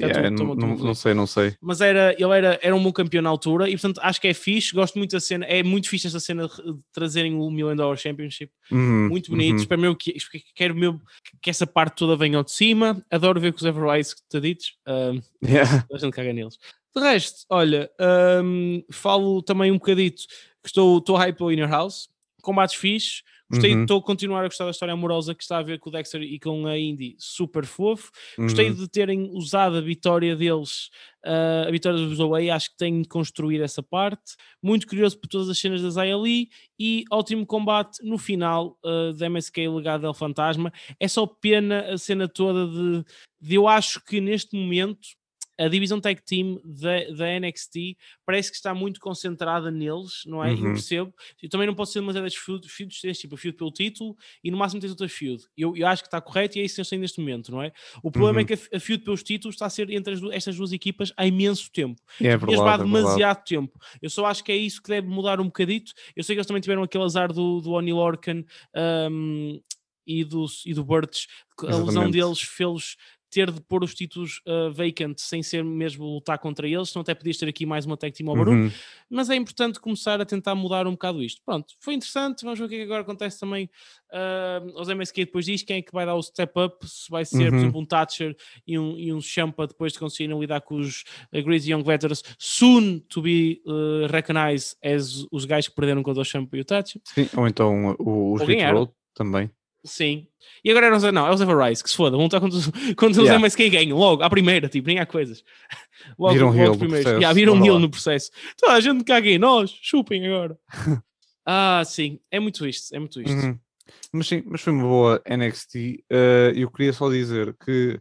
Não sei. Mas ele era um bom campeão na altura e portanto acho que é fixe, gosto muito da cena, é muito fixe esta cena de trazerem o $1 Million Championship, muito bonito. Espero mesmo quero mesmo que essa parte toda venha ao de cima. Adoro ver que os Everrise que te dites, a gente caga neles. De resto, olha, falo também um bocadito que estou hype pelo Inner House, combates fixes. Estou a continuar a gostar da história amorosa que está a ver com o Dexter e com a Indy, super fofo. Gostei de terem usado a vitória deles, a vitória dos Away, acho que tenho de construir essa parte. Muito curioso por todas as cenas da Xia Li e ótimo combate no final da MSK legado ao Fantasma. É só pena a cena toda de eu acho que neste momento a divisão tag team da NXT parece que está muito concentrada neles, não é? Eu percebo. Eu também não posso ser demasiadas feuds deste tipo, a feud pelo título e no máximo tens outra feud. Eu acho que está correto e é isso que eles têm neste momento, não é? O problema é que a feud pelos títulos está a ser entre estas duas equipas há imenso tempo. É verdade, há demasiado tempo. Eu só acho que é isso que deve mudar um bocadito. Eu sei que eles também tiveram aquele azar do Oni Lorcan e do Burch, a lesão deles fez-los ter de pôr os títulos vacant sem ser mesmo lutar contra eles, senão até podias ter aqui mais uma tag team ao barulho, mas é importante começar a tentar mudar um bocado isto. Pronto, foi interessante, vamos ver o que é que agora acontece também. Os MSK depois diz quem é que vai dar o step up, se vai ser, por exemplo, um Thatcher e um Ciampa depois de conseguirem lidar com os Greasy Young Veterans, soon to be recognized as os gajos que perderam contra o Ciampa e o Thatcher. Sim, ou então os Hit Road também. Sim. E agora é os Everrise, que se foda, vão lutar quando os MSK ganham, logo, à primeira, tipo, nem há coisas. Viram heel no viram heel no processo. Toda a gente caga em nós, chupem agora. Sim, é muito isto. Mas sim, mas foi uma boa NXT. Eu queria só dizer que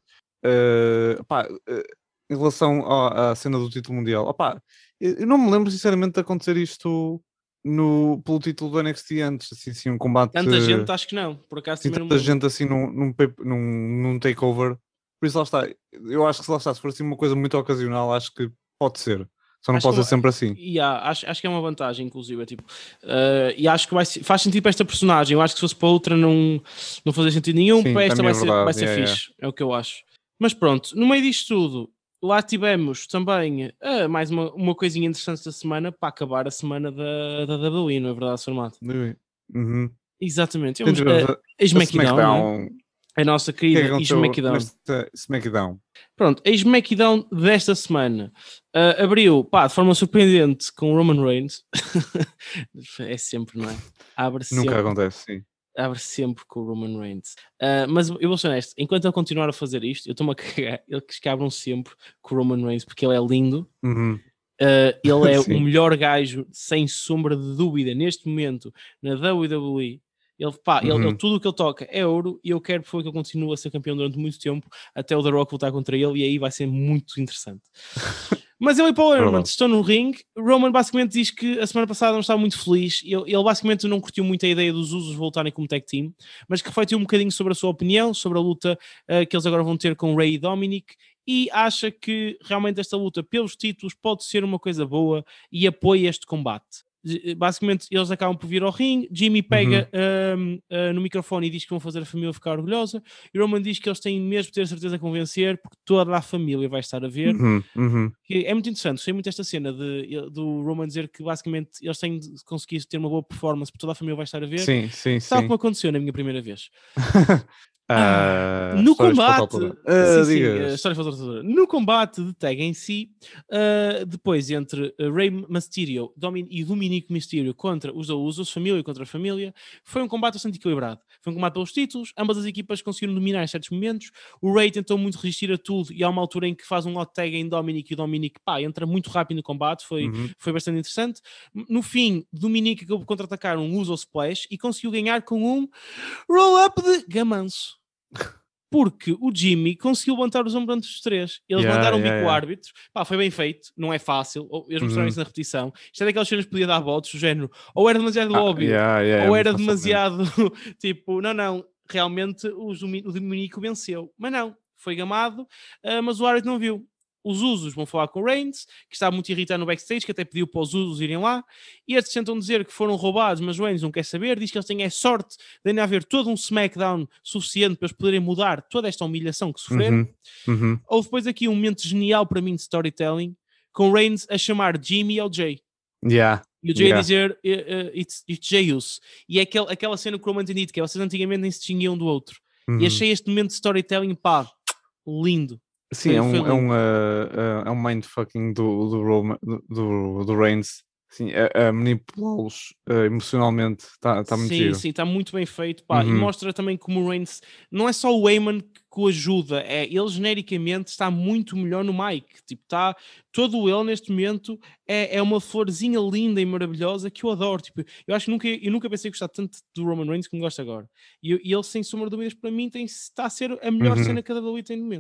em relação à cena do título mundial, eu não me lembro sinceramente de acontecer isto pelo título do NXT antes, assim, um combate. Tanta gente, acho que não, por acaso também tanta gente assim num takeover. Por isso lá está, eu acho que se for assim uma coisa muito ocasional, acho que pode ser. Só não pode ser sempre assim. Acho que é uma vantagem, inclusive. Tipo, e acho que faz sentido para esta personagem. Eu acho que se fosse para outra não fazia sentido nenhum. Sim, para esta vai ser verdade, fixe. É o que eu acho. Mas pronto, no meio disto tudo, lá tivemos também mais uma coisinha interessante da semana para acabar a semana da WWE, não é verdade, Sr. Mato? Exatamente. A SmackDown. A nossa querida SmackDown. Pronto, a SmackDown desta semana abriu, de forma surpreendente com o Roman Reigns. É sempre, não é? Nunca acontece, sim. Abre sempre com o Roman Reigns. Mas eu vou ser honesto, enquanto ele continuar a fazer isto, eu estou-me a cagar. Eles que abram sempre com o Roman Reigns porque ele é lindo. Ele é o melhor gajo, sem sombra de dúvida, neste momento, na WWE. Ele, tudo o que ele toca é ouro e eu quero que ele continue a ser campeão durante muito tempo até o The Rock voltar contra ele e aí vai ser muito interessante. Mas ele e Paul Heyman estão no ringue. Roman basicamente diz que a semana passada não estava muito feliz. Ele basicamente não curtiu muito a ideia dos Usos voltarem como tag team, mas que refletiu um bocadinho sobre a sua opinião, sobre a luta que eles agora vão ter com Rey e Dominic, e acha que realmente esta luta pelos títulos pode ser uma coisa boa e apoia este combate. Basicamente eles acabam por vir ao ringue. Jimmy pega no microfone e diz que vão fazer a família ficar orgulhosa, e Roman diz que eles têm mesmo de ter certeza de convencer porque toda a família vai estar a ver. É muito interessante, sei muito esta cena do Roman dizer que basicamente eles têm de conseguir ter uma boa performance porque toda a família vai estar a ver. Sim. Tal como aconteceu na minha primeira vez. No combate, no combate de tag em si, depois entre Rey Mysterio e Dominic Mysterio contra os Usos, família contra família, foi um combate bastante equilibrado. Foi um combate pelos títulos, ambas as equipas conseguiram dominar em certos momentos. O Rey tentou muito resistir a tudo e há uma altura em que faz um hot tag em Dominic e o Dominic entra muito rápido no combate, foi bastante interessante. No fim, Dominic acabou por contra-atacar um Uso Splash e conseguiu ganhar com um roll-up de gamanço. Porque o Jimmy conseguiu levantar os ombros dos três. Eles mandaram um bico árbitro. Foi bem feito, não é fácil. Eles mostraram isso na repetição. Isto é daquelas cenas que podia dar votos, do género. Ou era demasiado óbvio, ou era demasiado tipo, não. Realmente o Dominico venceu. Mas não, foi gamado, mas o árbitro não viu. Os Usos vão falar com o Reigns, que está muito irritado no backstage, que até pediu para os Usos irem lá, e eles tentam dizer que foram roubados, mas o Reigns não quer saber, diz que eles têm sorte de ainda haver todo um SmackDown suficiente para eles poderem mudar toda esta humilhação que sofreram. Houve depois aqui um momento genial para mim de storytelling, com o Reigns a chamar Jimmy ao Jay. E o Jay a dizer it's Jey-Us. E é aquela cena que o Roman tem dito, que é vocês antigamente nem se distinguiam do outro. E achei este momento de storytelling, lindo. Sim, é um mindfucking do Reigns, assim, a manipulá-los emocionalmente, está muito giro. Sim, está muito bem feito, e mostra também como o Reigns, não é só o Heyman que o ajuda, ele genericamente está muito melhor no mic, tipo, está todo ele neste momento, é uma florzinha linda e maravilhosa que eu adoro, tipo, eu acho que eu nunca pensei gostar tanto do Roman Reigns como gosto agora, e ele sem sombra de dúvidas para mim está a ser a melhor cena que a WWE tem no momento.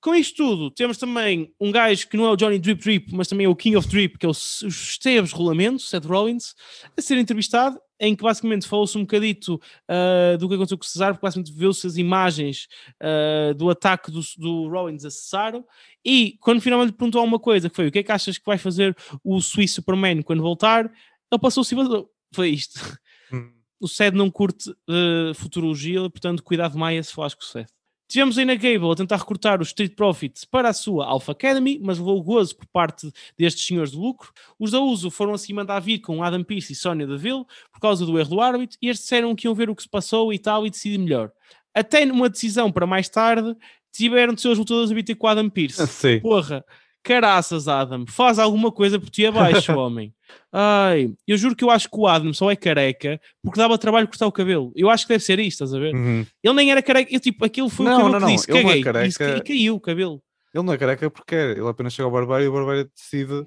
Com isto tudo, temos também um gajo que não é o Johnny Drip Drip, mas também é o King of Drip, que é os Esteves Rolamentos, Seth Rollins, a ser entrevistado, em que basicamente falou-se um bocadito do que aconteceu com o Cesaro, porque basicamente viu-se as imagens do ataque do Rollins a Cesaro, e quando finalmente lhe perguntou alguma coisa, que foi, o que é que achas que vai fazer o Swiss Superman quando voltar? Ele passou-se e vazou. Foi isto. O Seth não curte futurologia, portanto, cuidado mais se falares com o Seth. Tivemos ainda Gable a tentar recrutar os Street Profits para a sua Alpha Academy, mas levou gozo por parte destes senhores de lucro. Os da Uso foram assim mandar vir com Adam Pearce e Sonya Deville por causa do erro do árbitro, e estes disseram que iam ver o que se passou e tal e decidir melhor. Até numa decisão para mais tarde, tiveram de ser os lutadores a bater com Adam Pearce. Sim. Porra, caraças, Adam, faz alguma coisa por ti abaixo, homem. Ai, eu juro que eu acho que o Adam só é careca porque dava trabalho cortar o cabelo. Eu acho que deve ser isto, estás a ver? Ele nem era careca, aquilo foi o cabelo que disse, caguei, e caiu o cabelo. Ele não é careca porque ele apenas chega ao barbeiro e o barbeiro decide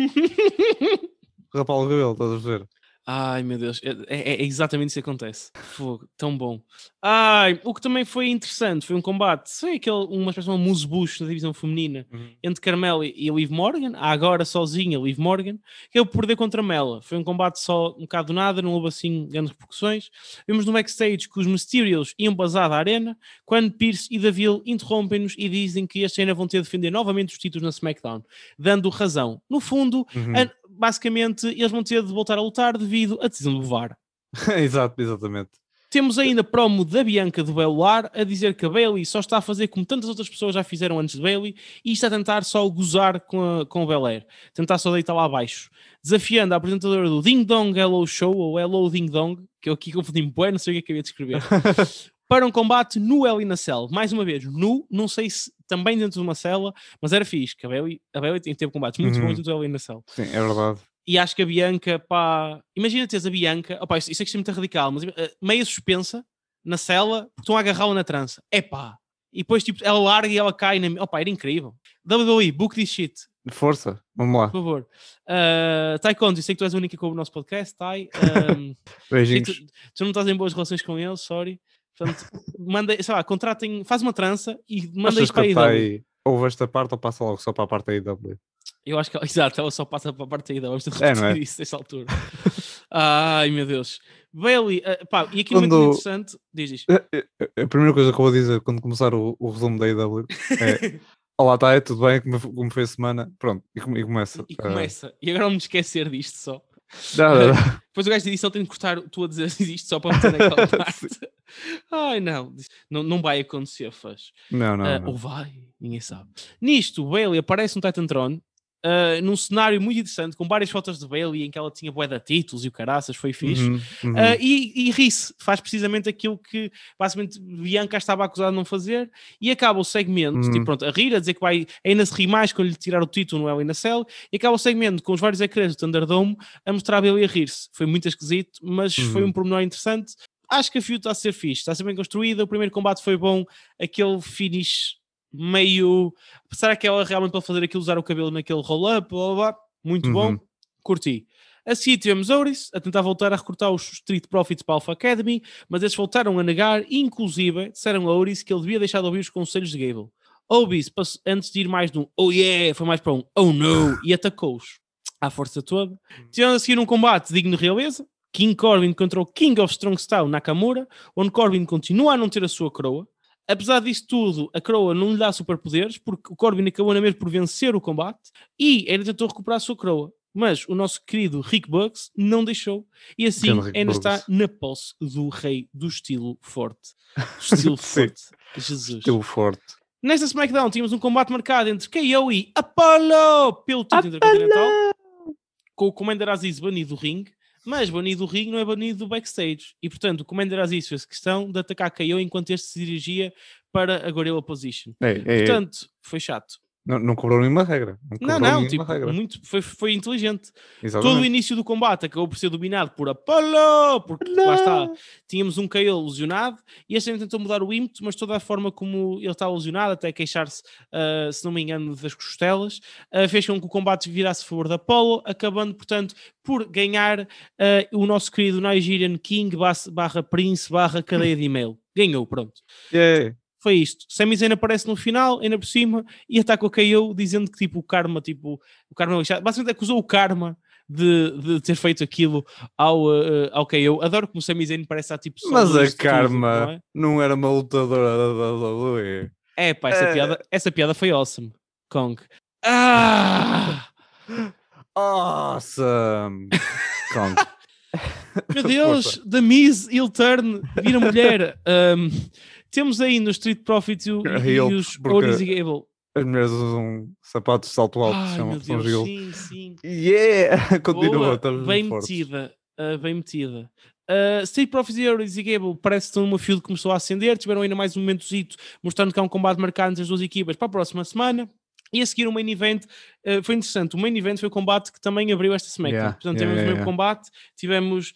rapar o cabelo, estás a ver? Ai, meu Deus, é exatamente isso que acontece. Fogo, tão bom. Ai, o que também foi interessante foi um combate, foi uma espécie de amuse-bouche na divisão feminina entre Carmela e Liv Morgan, agora sozinha Liv Morgan, que eu perder contra Mela. Foi um combate só um bocado do nada, não houve assim grandes repercussões. Vimos no backstage que os Mysterios iam bazar da arena, quando Pearce e Deville interrompem-nos e dizem que estes ainda vão ter de defender novamente os títulos na SmackDown, dando razão. No fundo, basicamente, eles vão ter de voltar a lutar devido à decisão do VAR. Exatamente. Temos ainda promo da Bianca do Belair a dizer que a Bayley só está a fazer como tantas outras pessoas já fizeram antes de Bayley e está a tentar só gozar com o Belair. Tentar só deitar lá abaixo. Desafiando a apresentadora do Ding Dong Hello Show, ou Hello Ding Dong, que eu aqui confundi-me, não sei o que acabei de escrever, para um combate no Hell in a Cell. Mais uma vez, não sei se também dentro de uma cela, mas era fixe, que a Bayley teve combates muito bons dentro do Hell in a Cell. Sim, é verdade. E acho que a Bianca, pá... Imagina teres a Bianca... Opa, isso é que é muito radical, mas meio suspensa na cela, porque estão a agarrá-la na trança. Epá! E depois, tipo, ela larga e ela cai na... Opa, era incrível. WWE, book this shit. Força, vamos lá. Por favor. Tai Conti, sei que tu és a única com o nosso podcast, Tai. Beijinhos. Tu não estás em boas relações com ele, sorry. Portanto, manda, sei lá, contratem... Faz uma trança e manda isto para a IW. Ouve esta parte ou passa logo só para a parte da IW? Eu acho que, exato, ela só passa para a parte da vamos ter de repetir isso nesta altura. Ai, meu Deus. Bayley, pá, e aqui muito interessante, diz isto. A primeira coisa que eu vou dizer quando começar o resumo da IW é olá, tá, é tudo bem, como foi a semana? Pronto, e começa. E começa. E agora vamos esquecer disto só. Depois o gajo de edição tem de cortar tu a dizer isto só para meter naquela parte. Ai, não vai acontecer, faz. Não. Ou vai, ninguém sabe. Nisto, o Bayley aparece no Titantron, num cenário muito interessante, com várias fotos de Bayley em que ela tinha bué de títulos e o caraças, foi fixe. E ri-se, faz precisamente aquilo que basicamente Bianca estava acusada de não fazer, e acaba o segmento, tipo, pronto, a rir, a dizer que vai ainda se rir mais quando lhe tirar o título no Hell in a Cell, e acaba o segmento com os vários ecrãs do Thunderdome a mostrar a Bayley a rir-se. Foi muito esquisito, mas foi um pormenor interessante. Acho que a feud está a ser fixe, está a ser bem construída, o primeiro combate foi bom, aquele finish meio... Será que ela realmente pode fazer aquilo, usar o cabelo naquele roll-up, blá, blá, blá. Muito bom, curti. A seguir tivemos Oris a tentar voltar a recrutar os Street Profits para a Alpha Academy, mas eles voltaram a negar, inclusive disseram a Oris que ele devia deixar de ouvir os conselhos de Gable. Oris, antes de ir mais de um oh yeah, foi mais para um oh no, e atacou-os à força toda. Tivemos a seguir um combate digno de realeza, King Corbin contra o King of Strong Style Nakamura, onde Corbin continua a não ter a sua coroa. Apesar disso tudo, a coroa não lhe dá superpoderes, porque o Corbin acabou na mesma por vencer o combate e ainda tentou recuperar a sua coroa. Mas o nosso querido Rick Bucks não deixou e assim ainda está na posse do rei do estilo forte. Estilo forte. Jesus. Estilo forte. Nesta SmackDown tínhamos um combate marcado entre KO e Apollo pelo título intercontinental, com o Commander Aziz banido do ringue. Mas banido do ringue não é banido do backstage. E, portanto, o Commander Aziz fez questão de atacar KO enquanto este se dirigia para a Gorilla Position. Portanto, foi chato. Não cobrou nenhuma regra. Não, tipo, foi inteligente. Exatamente. Todo o início do combate acabou por ser dominado por Apollo, porque lá está, tínhamos um KO lesionado e este tentou mudar o ímpeto, mas toda a forma como ele estava lesionado, até queixar-se, se não me engano, das costelas, fez com que o combate virasse a favor de Apollo, acabando, portanto, por ganhar o nosso querido Nigerian King /Prince /cadeia de e-mail. Ganhou, pronto. Yeah. foi isto. Sami Zayn aparece no final, ainda por cima, e ataca o KO dizendo que tipo, o Karma basicamente acusou o Karma de ter feito aquilo ao KO. Adoro como o Sami Zayn parece estar tipo só. Mas a Karma não era uma lutadora da WWE. Pá, essa piada foi awesome. Kong. Awesome. Kong. Meu Deus, The Miz, heel turn, vira mulher. Temos aí no Street Profits e os Otis e Gable. As mulheres usam sapatos de salto alto. Ai, meu Deus, sim. Yeah! Continua. Bem metida. Bem metida. Street Profits e Otis e Gable parece que estão numa feud que começou a acender. Tiveram ainda mais um momentozito mostrando que há um combate marcado entre as duas equipas para a próxima semana. E a seguir o main event, foi interessante, o main event foi o combate que também abriu esta SmackDown. Portanto, tivemos o mesmo combate, tivemos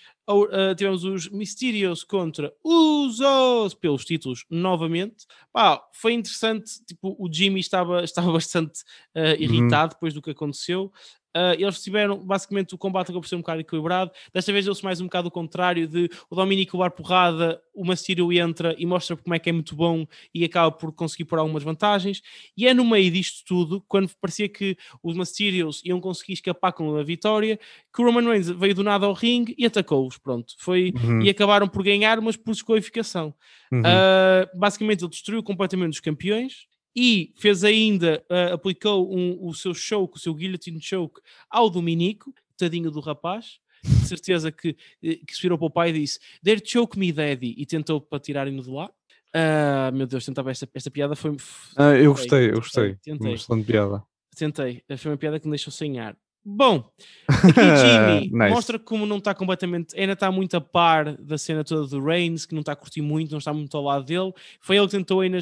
os Mysterios contra Usos pelos títulos novamente. Foi interessante, tipo, o Jimmy estava bastante irritado depois do que aconteceu. Eles tiveram, basicamente, o combate acabou por ser um bocado equilibrado. Desta vez deu-se mais um bocado o contrário de o Dominic levar porrada, o Mysterio entra e mostra como é que é muito bom e acaba por conseguir pôr algumas vantagens. E é no meio disto tudo, quando parecia que os Mysterios iam conseguir escapar com a vitória, que o Roman Reigns veio do nada ao ringue e atacou-os, pronto. E acabaram por ganhar, mas por desqualificação. Basicamente, ele destruiu completamente os campeões. E fez ainda, aplicou o seu choke, o seu guillotine choke ao Dominico, tadinho do rapaz, de certeza que se virou para o pai e disse "There choke me daddy", e tentou para tirarem-no de lá. Meu Deus, tentava esta piada, foi... eu gostei. Tentei. Uma excelente piada. Tentei, foi uma piada que me deixou sem ar. Bom, aqui Jimmy nice. Mostra como não está completamente, ainda está muito a par da cena toda do Reigns, que não está a curtir muito, não está muito ao lado dele. Foi ele que tentou ainda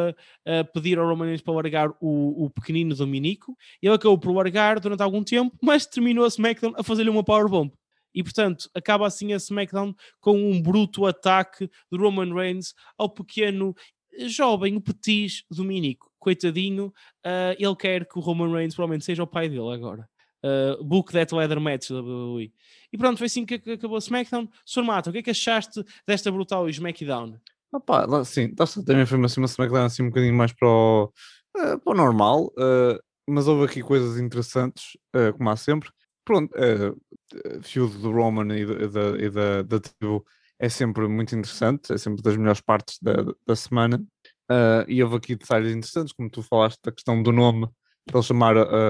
pedir ao Roman Reigns para largar o pequenino Dominico. Ele acabou por largar durante algum tempo, mas terminou a SmackDown a fazer-lhe uma powerbomb. E, portanto, acaba assim a SmackDown com um bruto ataque de Roman Reigns ao pequeno jovem, o petis Dominico. Coitadinho, ele quer que o Roman Reigns provavelmente seja o pai dele agora. Book that leather match da WWE. E pronto, foi assim que acabou a SmackDown. Sr. Mata, o que é que achaste desta brutal SmackDown? Sim, também foi uma SmackDown assim um bocadinho mais para o normal, mas houve aqui coisas interessantes, como há sempre. Pronto, feud do Roman e da tribo é sempre muito interessante, é sempre das melhores partes da semana. E houve aqui detalhes interessantes, como tu falaste, da questão do nome, ele chamar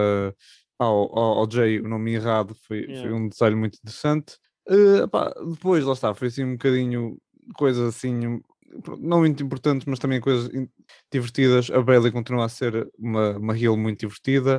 ao Jay o nome errado, foi um detalhe muito interessante. Depois, lá está, foi assim um bocadinho coisas assim, não muito importantes, mas também coisas divertidas. A Bayley continua a ser uma heel muito divertida.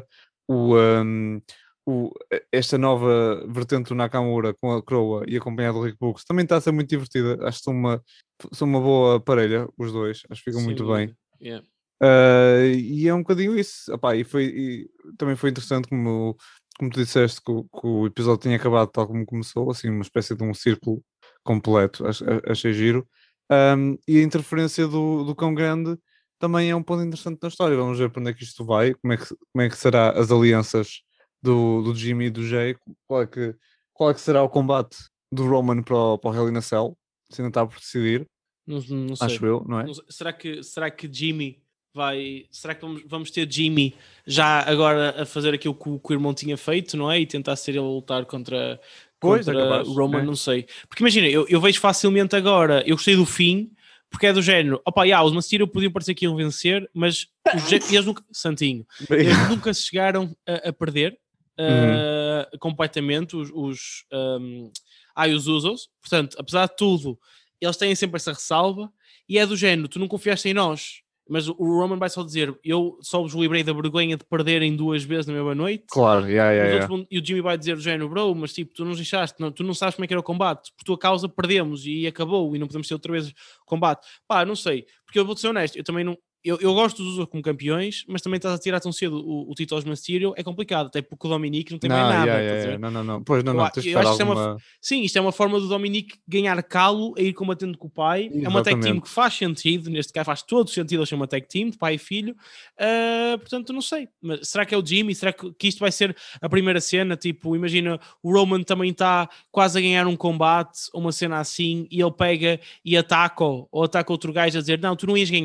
Esta nova vertente do Nakamura com a Croa e acompanhado do Rick Books também está a ser muito divertida. Acho que são uma boa parelha, os dois, acho que ficam muito bem. E é um bocadinho isso. E também foi interessante, como tu disseste, que o episódio tinha acabado tal como começou, assim, uma espécie de um círculo completo. Achei giro. E a interferência do Cão Grande também é um ponto interessante na história. Vamos ver para onde é que isto vai, como é que será as alianças do Jimmy e do Jay, qual é que será o combate do Roman para o Hell in a Cell, se ainda está por decidir. Não sei. Acho eu, não é? Não sei. Será que Jimmy será que vamos ter Jimmy já agora a fazer aquilo que o irmão tinha feito, não é? E tentar ser ele a lutar contra o Roman, não sei. Porque imagina, eu vejo facilmente agora, eu gostei do fim, porque é do género, os Mysterio podiam parecer que iam vencer, mas eles nunca, Santinho, eles nunca se chegaram a perder completamente os Usos. Portanto, apesar de tudo, eles têm sempre essa ressalva, e é do género, tu não confiaste em nós. Mas o Roman vai só dizer, eu só vos livrei da vergonha de perderem 2 vezes na mesma noite. Claro, E o Jimmy vai dizer do género, bro, mas tipo, tu não deixaste, tu não sabes como é que era o combate. Por tua causa perdemos e acabou e não podemos ter outra vez combate. Não sei, porque eu vou ser honesto, eu também não... Eu gosto dos Usos como campeões, mas também estás a tirar tão cedo o título aos Mysterio, é complicado, até porque o Dominic não tem mais nada. Não. Pois não, tens de acho que isto é uma forma do Dominic ganhar calo a ir combatendo com o pai. Exatamente. É uma tag team que faz sentido, neste caso faz todo sentido ser uma tag team de pai e filho. Portanto, não sei. Mas será que é o Jimmy? Será que isto vai ser a primeira cena? Tipo, imagina, o Roman também está quase a ganhar um combate, uma cena assim, e ele pega e ataca ou ataca outro gajo a dizer, não, tu não ias ganhar.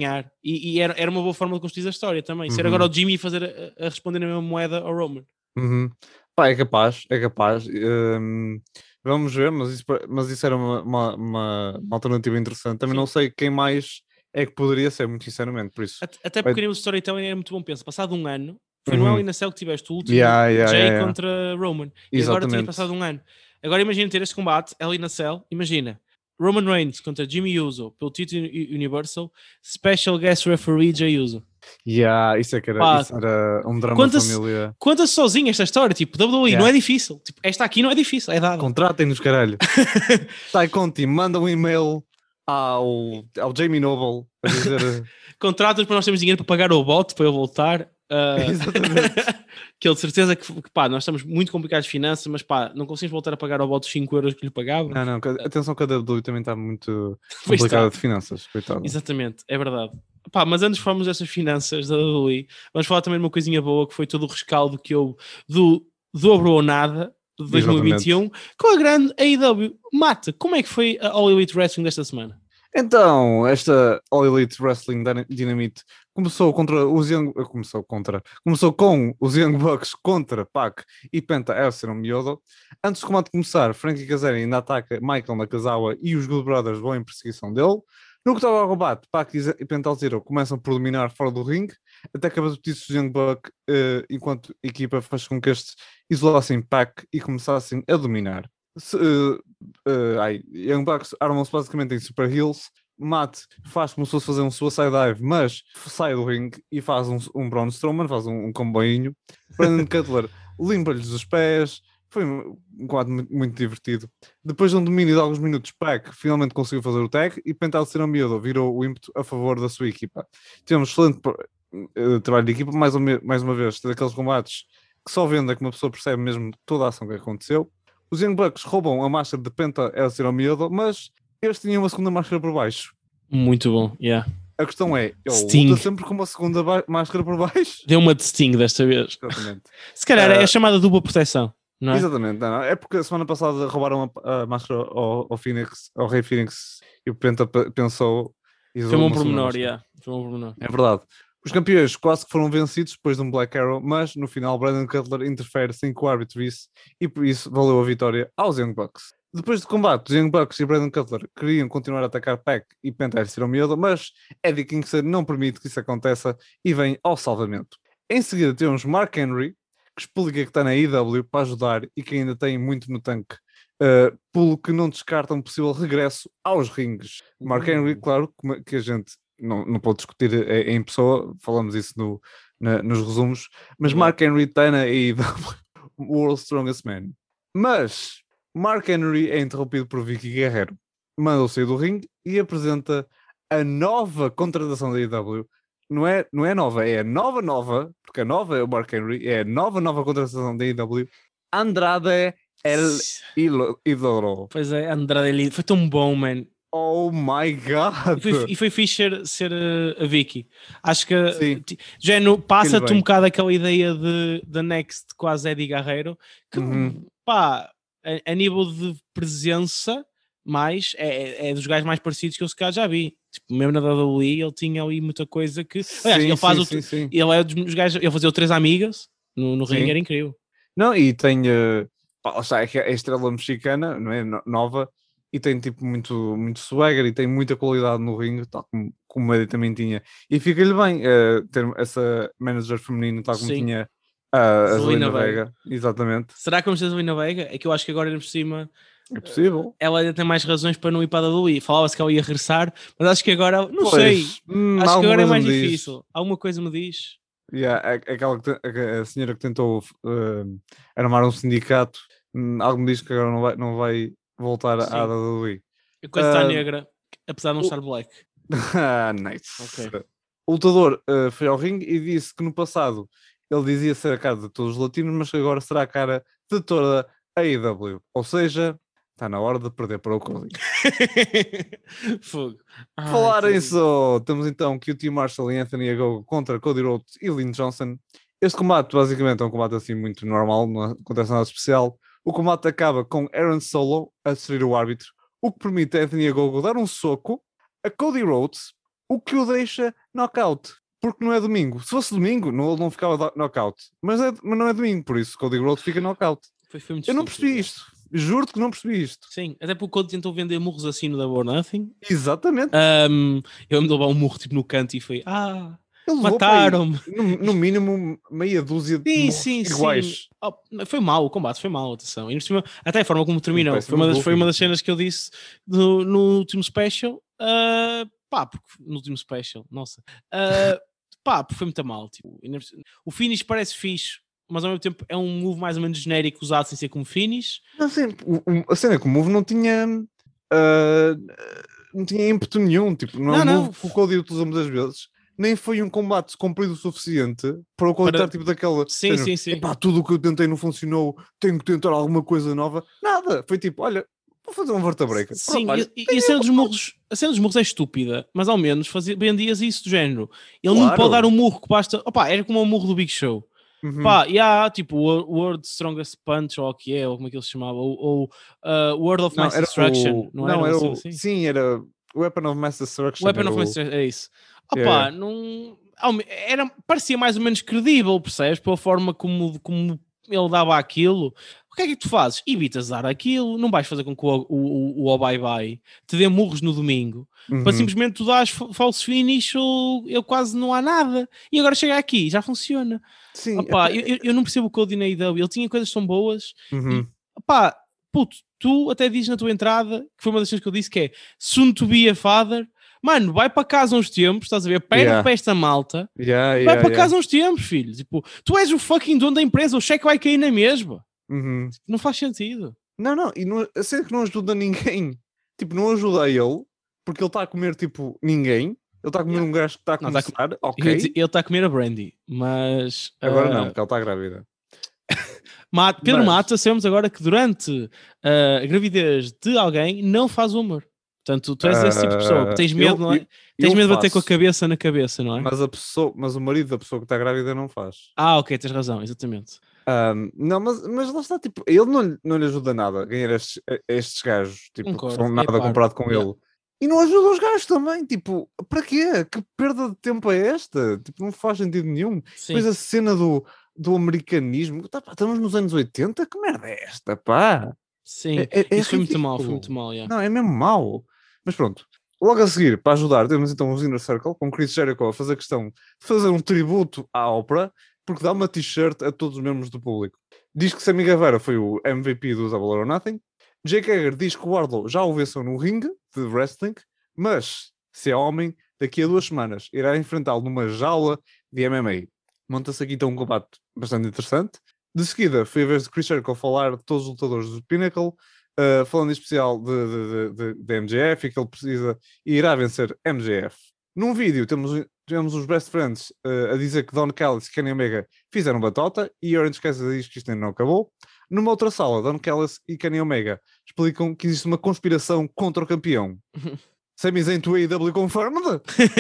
E era uma boa forma de construir a história também. Ser agora o Jimmy fazer a responder na mesma moeda ao Roman. Pá, é capaz. Vamos ver, mas isso era uma alternativa interessante. Também não sei quem mais é que poderia ser, muito sinceramente, por isso. Até porque o storytelling era muito bom. Pensa, passado um ano, foi no Hell in a Cell que tiveste o último Jay contra Roman. E agora tinha passado um ano. Agora imagina ter este combate, Hell in a Cell, imagina. Roman Reigns contra Jimmy Uso pelo título Universal, Special Guest Referee Jey Uso. Isso era um drama de família. Conta-se sozinho esta história, tipo, WWE, não é difícil. Tipo, esta aqui não é difícil, é dada. Contratem-nos, caralho. Sai Conti, manda um e-mail ao Jamie Noble a dizer... Contratos para nós termos dinheiro para pagar o bot, para eu voltar. Exatamente. Que ele de certeza que pá, nós estamos muito complicados de finanças, mas pá, não conseguimos voltar a pagar ao bot os 5 euros que lhe pagava. Não, atenção que a WWE também está muito complicada de finanças, coitado. Exatamente, é verdade. Pá, mas antes de falarmos dessas finanças da WWE, vamos falar também de uma coisinha boa, que foi todo o rescaldo que houve do Dobro ou Nada de 2021 com a grande AEW. Mata, como é que foi a All Elite Wrestling desta semana? Então, esta All Elite Wrestling Dynamite começou com os Young Bucks contra Pac e Penta El Miodo. Antes do combate começar, Frankie Kazarian ainda ataca Michael Nakazawa e os Good Brothers vão em perseguição dele. No que estava ao combate, Pac e Penta El Zero começam por dominar fora do ringue, até que os dos Young Bucks, enquanto a equipa faz com que estes isolassem Pac e começassem a dominar. Young Bucks armam-se basicamente em super heels. Matt faz como se fosse fazer um suicide dive, mas sai do ringue e faz um Braun Strowman, faz um comboinho. Brandon Cutler limpa-lhes os pés. Foi um quadro muito divertido. Depois de um domínio de alguns minutos, Pac finalmente conseguiu fazer o tag e Penta El Zero virou o ímpeto a favor da sua equipa. Tivemos excelente trabalho de equipa, mais uma vez, daqueles combates que só vendo é que uma pessoa percebe mesmo toda a ação que aconteceu. Os Young Bucks roubam a máscara de Penta El Zero Miedo, mas eles tinham uma segunda máscara por baixo. Muito bom, yeah. A questão é, ele luta sempre com uma segunda máscara por baixo. Deu uma de Sting desta vez. Exatamente. Se calhar é a chamada dupla proteção, não é? Exatamente, não. É porque a semana passada roubaram a máscara ao Phoenix, ao Rei Phoenix, e o Penta pensou... Foi um pormenor, yeah. Foi um pormenor. É verdade. Os campeões quase que foram vencidos depois de um Black Arrow, mas no final Brandon Cutler interfere sem que o árbitro visse e por isso valeu a vitória aos Young Bucks. Depois do combate, os Young Bucks e Brandon Cutler queriam continuar a atacar Pac e Penta El Zero Miedo, mas Eddie Kingston não permite que isso aconteça e vem ao salvamento. Em seguida temos Mark Henry, que explica que está na AEW para ajudar e que ainda tem muito no tanque, pelo que não descarta um possível regresso aos rings. Mark Henry, claro, que a gente não pode discutir em pessoa, falamos isso nos resumos, mas Mark Henry está na AEW, World's Strongest Man. Mas Mark Henry é interrompido por Vicky Guerrero, manda-o sair do ringue e apresenta a nova contratação da AEW. Não é nova, é a nova, porque a nova é o Mark Henry, é a nova contratação da AEW, Andrade El Idolo. Pois é, Andrade El Idolo, foi tão bom, man. Oh my God! E foi fixe ser a Vicky. Acho que já passa-te um bocado aquela ideia de Next quase Eddie Guerrero, que pá, a nível de presença, mais é dos gajos mais parecidos que eu se calhar já vi. Tipo, mesmo na WWE ele tinha ali muita coisa que... Aliás, ele faz ele é dos gajos... Ele fazia o Três Amigas no ringue, era incrível. Não, e tem... é a estrela mexicana, não é? Nova, e tem tipo muito swagger e tem muita qualidade no ringue, tal como o Eddie também tinha. E fica-lhe bem ter essa manager feminina, tal como tinha a Zelina Vega. Exatamente. Será que vamos ter a Zelina Vega? É que eu acho que agora por cima... É possível. Ela ainda tem mais razões para não ir para a WWE. Falava-se que ela ia regressar, mas acho que agora, não sei. Acho que agora é mais difícil. Alguma coisa me diz. A senhora que tentou armar um sindicato, algo me diz que agora não vai voltar à WWE. A coisa está negra, apesar de não estar black. Nice. Okay. O lutador foi ao ringue e disse que no passado ele dizia ser a cara de todos os latinos, mas que agora será a cara de toda a AEW. Ou seja... Está na hora de perder para o Cody. Fogo. Falar isso, temos então QT Marshall e Anthony Ogogo contra Cody Rhodes e Lynn Johnson. Este combate basicamente é um combate assim muito normal, não acontece nada especial. O combate acaba com Aaron Solo a destruir o árbitro, o que permite a Anthony Ogogo dar um soco a Cody Rhodes, o que o deixa knockout. Porque não é domingo. Se fosse domingo, não ficava knockout. Mas não é domingo, por isso Cody Rhodes fica knockout. Foi muito Eu não percebi isto. Juro-te que não percebi isto. Sim, até porque o Cody tentou vender murros assim no Double or Nothing. Exatamente. Eu me levar um murro tipo no canto e foi... Mataram-me. No mínimo meia dúzia de iguais. Sim. Oh, foi mau, o combate foi mau, atenção. E, até a forma como terminou. Foi uma das cenas que eu disse no último special. Porque no último special, nossa. Porque foi muito mal. Tipo, o finish parece fixe, mas ao mesmo tempo é um move mais ou menos genérico usado sem ser como finish. Não, assim, a cena que o move não tinha ímpeto nenhum. Tipo, não é um move que o Cody utiliza muitas vezes. Nem foi um combate comprido o suficiente para o Cody estar tipo daquela... Sim. Tudo o que eu tentei não funcionou, tenho que tentar alguma coisa nova. Nada. Foi tipo, olha, vou fazer um vertebreaker. Sim, e a cena dos murros é estúpida, mas ao menos vendias isso do género. Ele não pode dar um murro que basta... era como o murro do Big Show. Tipo o World Strongest Punch, ou o que é, ou como é que ele se chamava, ou World of Mass Destruction. Sim, era Weapon of Mass Destruction. Weapon of Mass Destruction, é isso. Não... parecia mais ou menos credível, percebes? Pela forma como ele dava aquilo. O que é que tu fazes? Evitas dar aquilo, não vais fazer com que o bye-bye te dê murros no domingo, para simplesmente tu dás false finish ou eu quase não há nada. E agora chega aqui, já funciona. Sim. Eu não percebo o Cody na AEW, ele tinha coisas tão boas e, tu até dizes na tua entrada, que foi uma das coisas que eu disse, que é soon to be a father. Mano, vai para casa uns tempos, estás a ver? Perde para esta malta. Vai para casa uns tempos, filho. Tipo, tu és o fucking dono da empresa, o cheque vai cair na mesma. Não faz sentido. Não, e a cena que não ajuda ninguém. Tipo, não ajuda a ele, porque ele está a comer, tipo, ninguém. Ele está a comer um gajo que está a começar, ok. Ele está a comer a Brandy, mas... Agora não, porque ela está grávida. Pedro Mata, sabemos agora que durante a gravidez de alguém não faz humor. Portanto, tu és esse tipo de pessoa que tens medo, não é? Tens medo de bater com a cabeça na cabeça, não é? Mas o marido da pessoa que está grávida não faz. Ok, tens razão, exatamente. Não, mas lá está, tipo, ele não lhe ajuda nada a ganhar estes gajos, tipo, que são nada comparado com ele. E não ajuda os gajos também, tipo, para quê? Que perda de tempo é esta? Tipo, não faz sentido nenhum. Sim. Depois a cena do americanismo, estamos nos anos 80, que merda é esta, pá? Sim, isso foi muito mal, Não, é mesmo mau. Mas pronto, logo a seguir, para ajudar, temos então os Inner Circle, com Chris Jericho a fazer questão de fazer um tributo à ópera, porque dá uma t-shirt a todos os membros do público. Diz que Sammy Guevara foi o MVP do Double or Nothing. Jake Hager diz que o Wardlow já o venceu no ringue de wrestling, mas, se é homem, daqui a 2 semanas irá enfrentá-lo numa jaula de MMA. Monta-se aqui então um combate bastante interessante. De seguida, foi a vez de Chris Jericho falar de todos os lutadores do Pinnacle, falando em especial de MJF e que ele precisa e irá vencer MJF. Num vídeo temos os Best Friends a dizer que Don Callis e Kenny Omega fizeram batota e Orange Cassidy diz que isto ainda não acabou. Numa outra sala, Don Callis e Kenny Omega explicam que existe uma conspiração contra o campeão. Sami Zayn to AEW confirmed?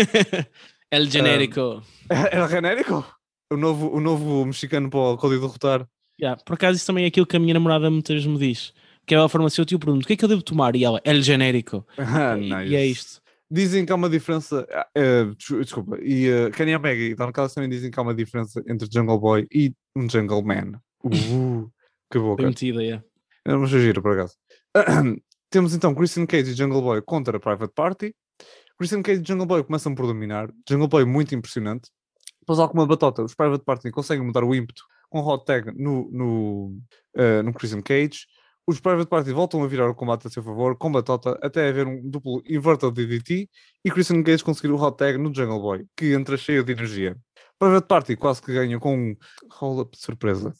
El genérico. Era genérico? O novo mexicano para o Cody derrotar. Por acaso isso também é aquilo que a minha namorada muitas vezes me diz. Que é a farmacêutica e eu pergunto, o que é que eu devo tomar? E ela, El genérico. Nice. E é isto. Dizem que há uma diferença... desculpa. E Kenny Omega e Don Callis também dizem que há uma diferença entre Jungle Boy e um Jungle Man. Que boca. Mentira, é. É uma giro, por acaso. Temos então Christian Cage e Jungle Boy contra a Private Party. Christian Cage e Jungle Boy começam por dominar. Jungle Boy muito impressionante. Depois, alguma batota, os Private Party conseguem mudar o ímpeto com hot tag no Christian Cage. Os Private Party voltam a virar o combate a seu favor, com batota, até haver um duplo inverted DDT e Christian Cage conseguir o hot tag no Jungle Boy, que entra cheio de energia. Private Party quase que ganha com um roll-up de surpresa.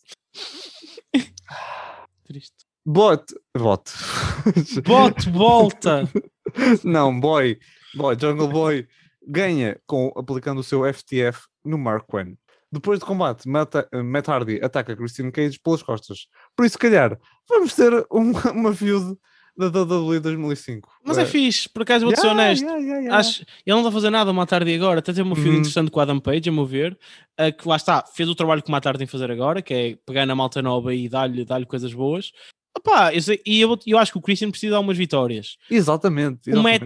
Triste. Volta. Não, Jungle Boy ganha aplicando o seu FTF no Mark Quinn. Depois de combate, Matt Hardy ataca Christian Cage pelas costas. Por isso, se calhar, vamos ter uma feud da WWE 2005. Mas é fixe, por acaso vou-te ser honesto. Acho, ele não está a fazer nada o Matt Hardy agora. Até tem uma feud interessante com o Adam Page, a meu ver. Que lá está, fez o trabalho que o Matt Hardy tem a fazer agora, que é pegar na malta nova e dar-lhe coisas boas. Pá, eu acho que o Christian precisa dar umas vitórias. Exatamente. O Matt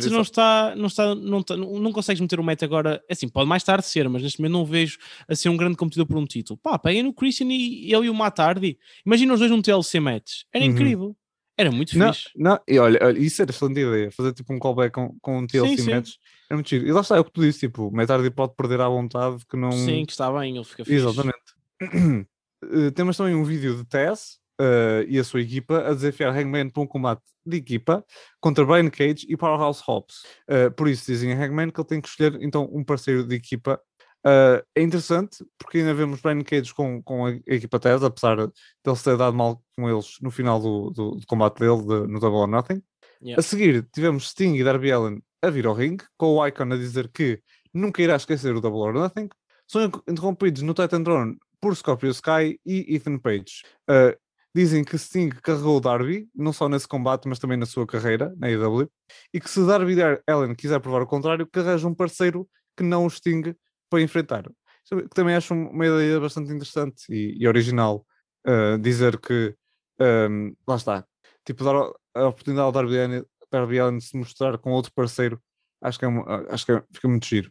não consegues meter o Matt agora, assim, pode mais tarde ser, mas neste momento não o vejo a ser um grande competidor por um título. Pá, peguem no Christian e ele e o Matt Hardy. Imagina os dois num TLC match. Era incrível. Era muito fixe. Não, e olha, isso era excelente ideia. Fazer tipo um callback com um TLC match. É muito giro. E lá está, é o que tu disse, tipo, o Matt Hardy pode perder à vontade que não... Sim, que está bem, ele fica fixe. Exatamente. Temos também um vídeo de Tess e a sua equipa a desafiar Hangman para um combate de equipa contra Brian Cage e Powerhouse Hobbs. Por isso dizem a Hangman que ele tem que escolher então um parceiro de equipa. É interessante porque ainda vemos Brian Cage com a equipa Tess, apesar de ele se ter dado mal com eles no final do combate dele no Double or Nothing. A seguir tivemos Sting e Darby Allin a vir ao ringue, com o Icon a dizer que nunca irá esquecer o Double or Nothing. São interrompidos no Titan Throne por Scorpio Sky e Ethan Page. Dizem que Sting carregou o Darby, não só nesse combate, mas também na sua carreira, na AEW, e que se Darby Allin quiser provar o contrário, que arranja um parceiro que não o Sting para enfrentar. Que também acho uma ideia bastante interessante e original. Dizer que, lá está, tipo, dar a oportunidade ao Darby Allin de se mostrar com outro parceiro, acho que fica muito giro.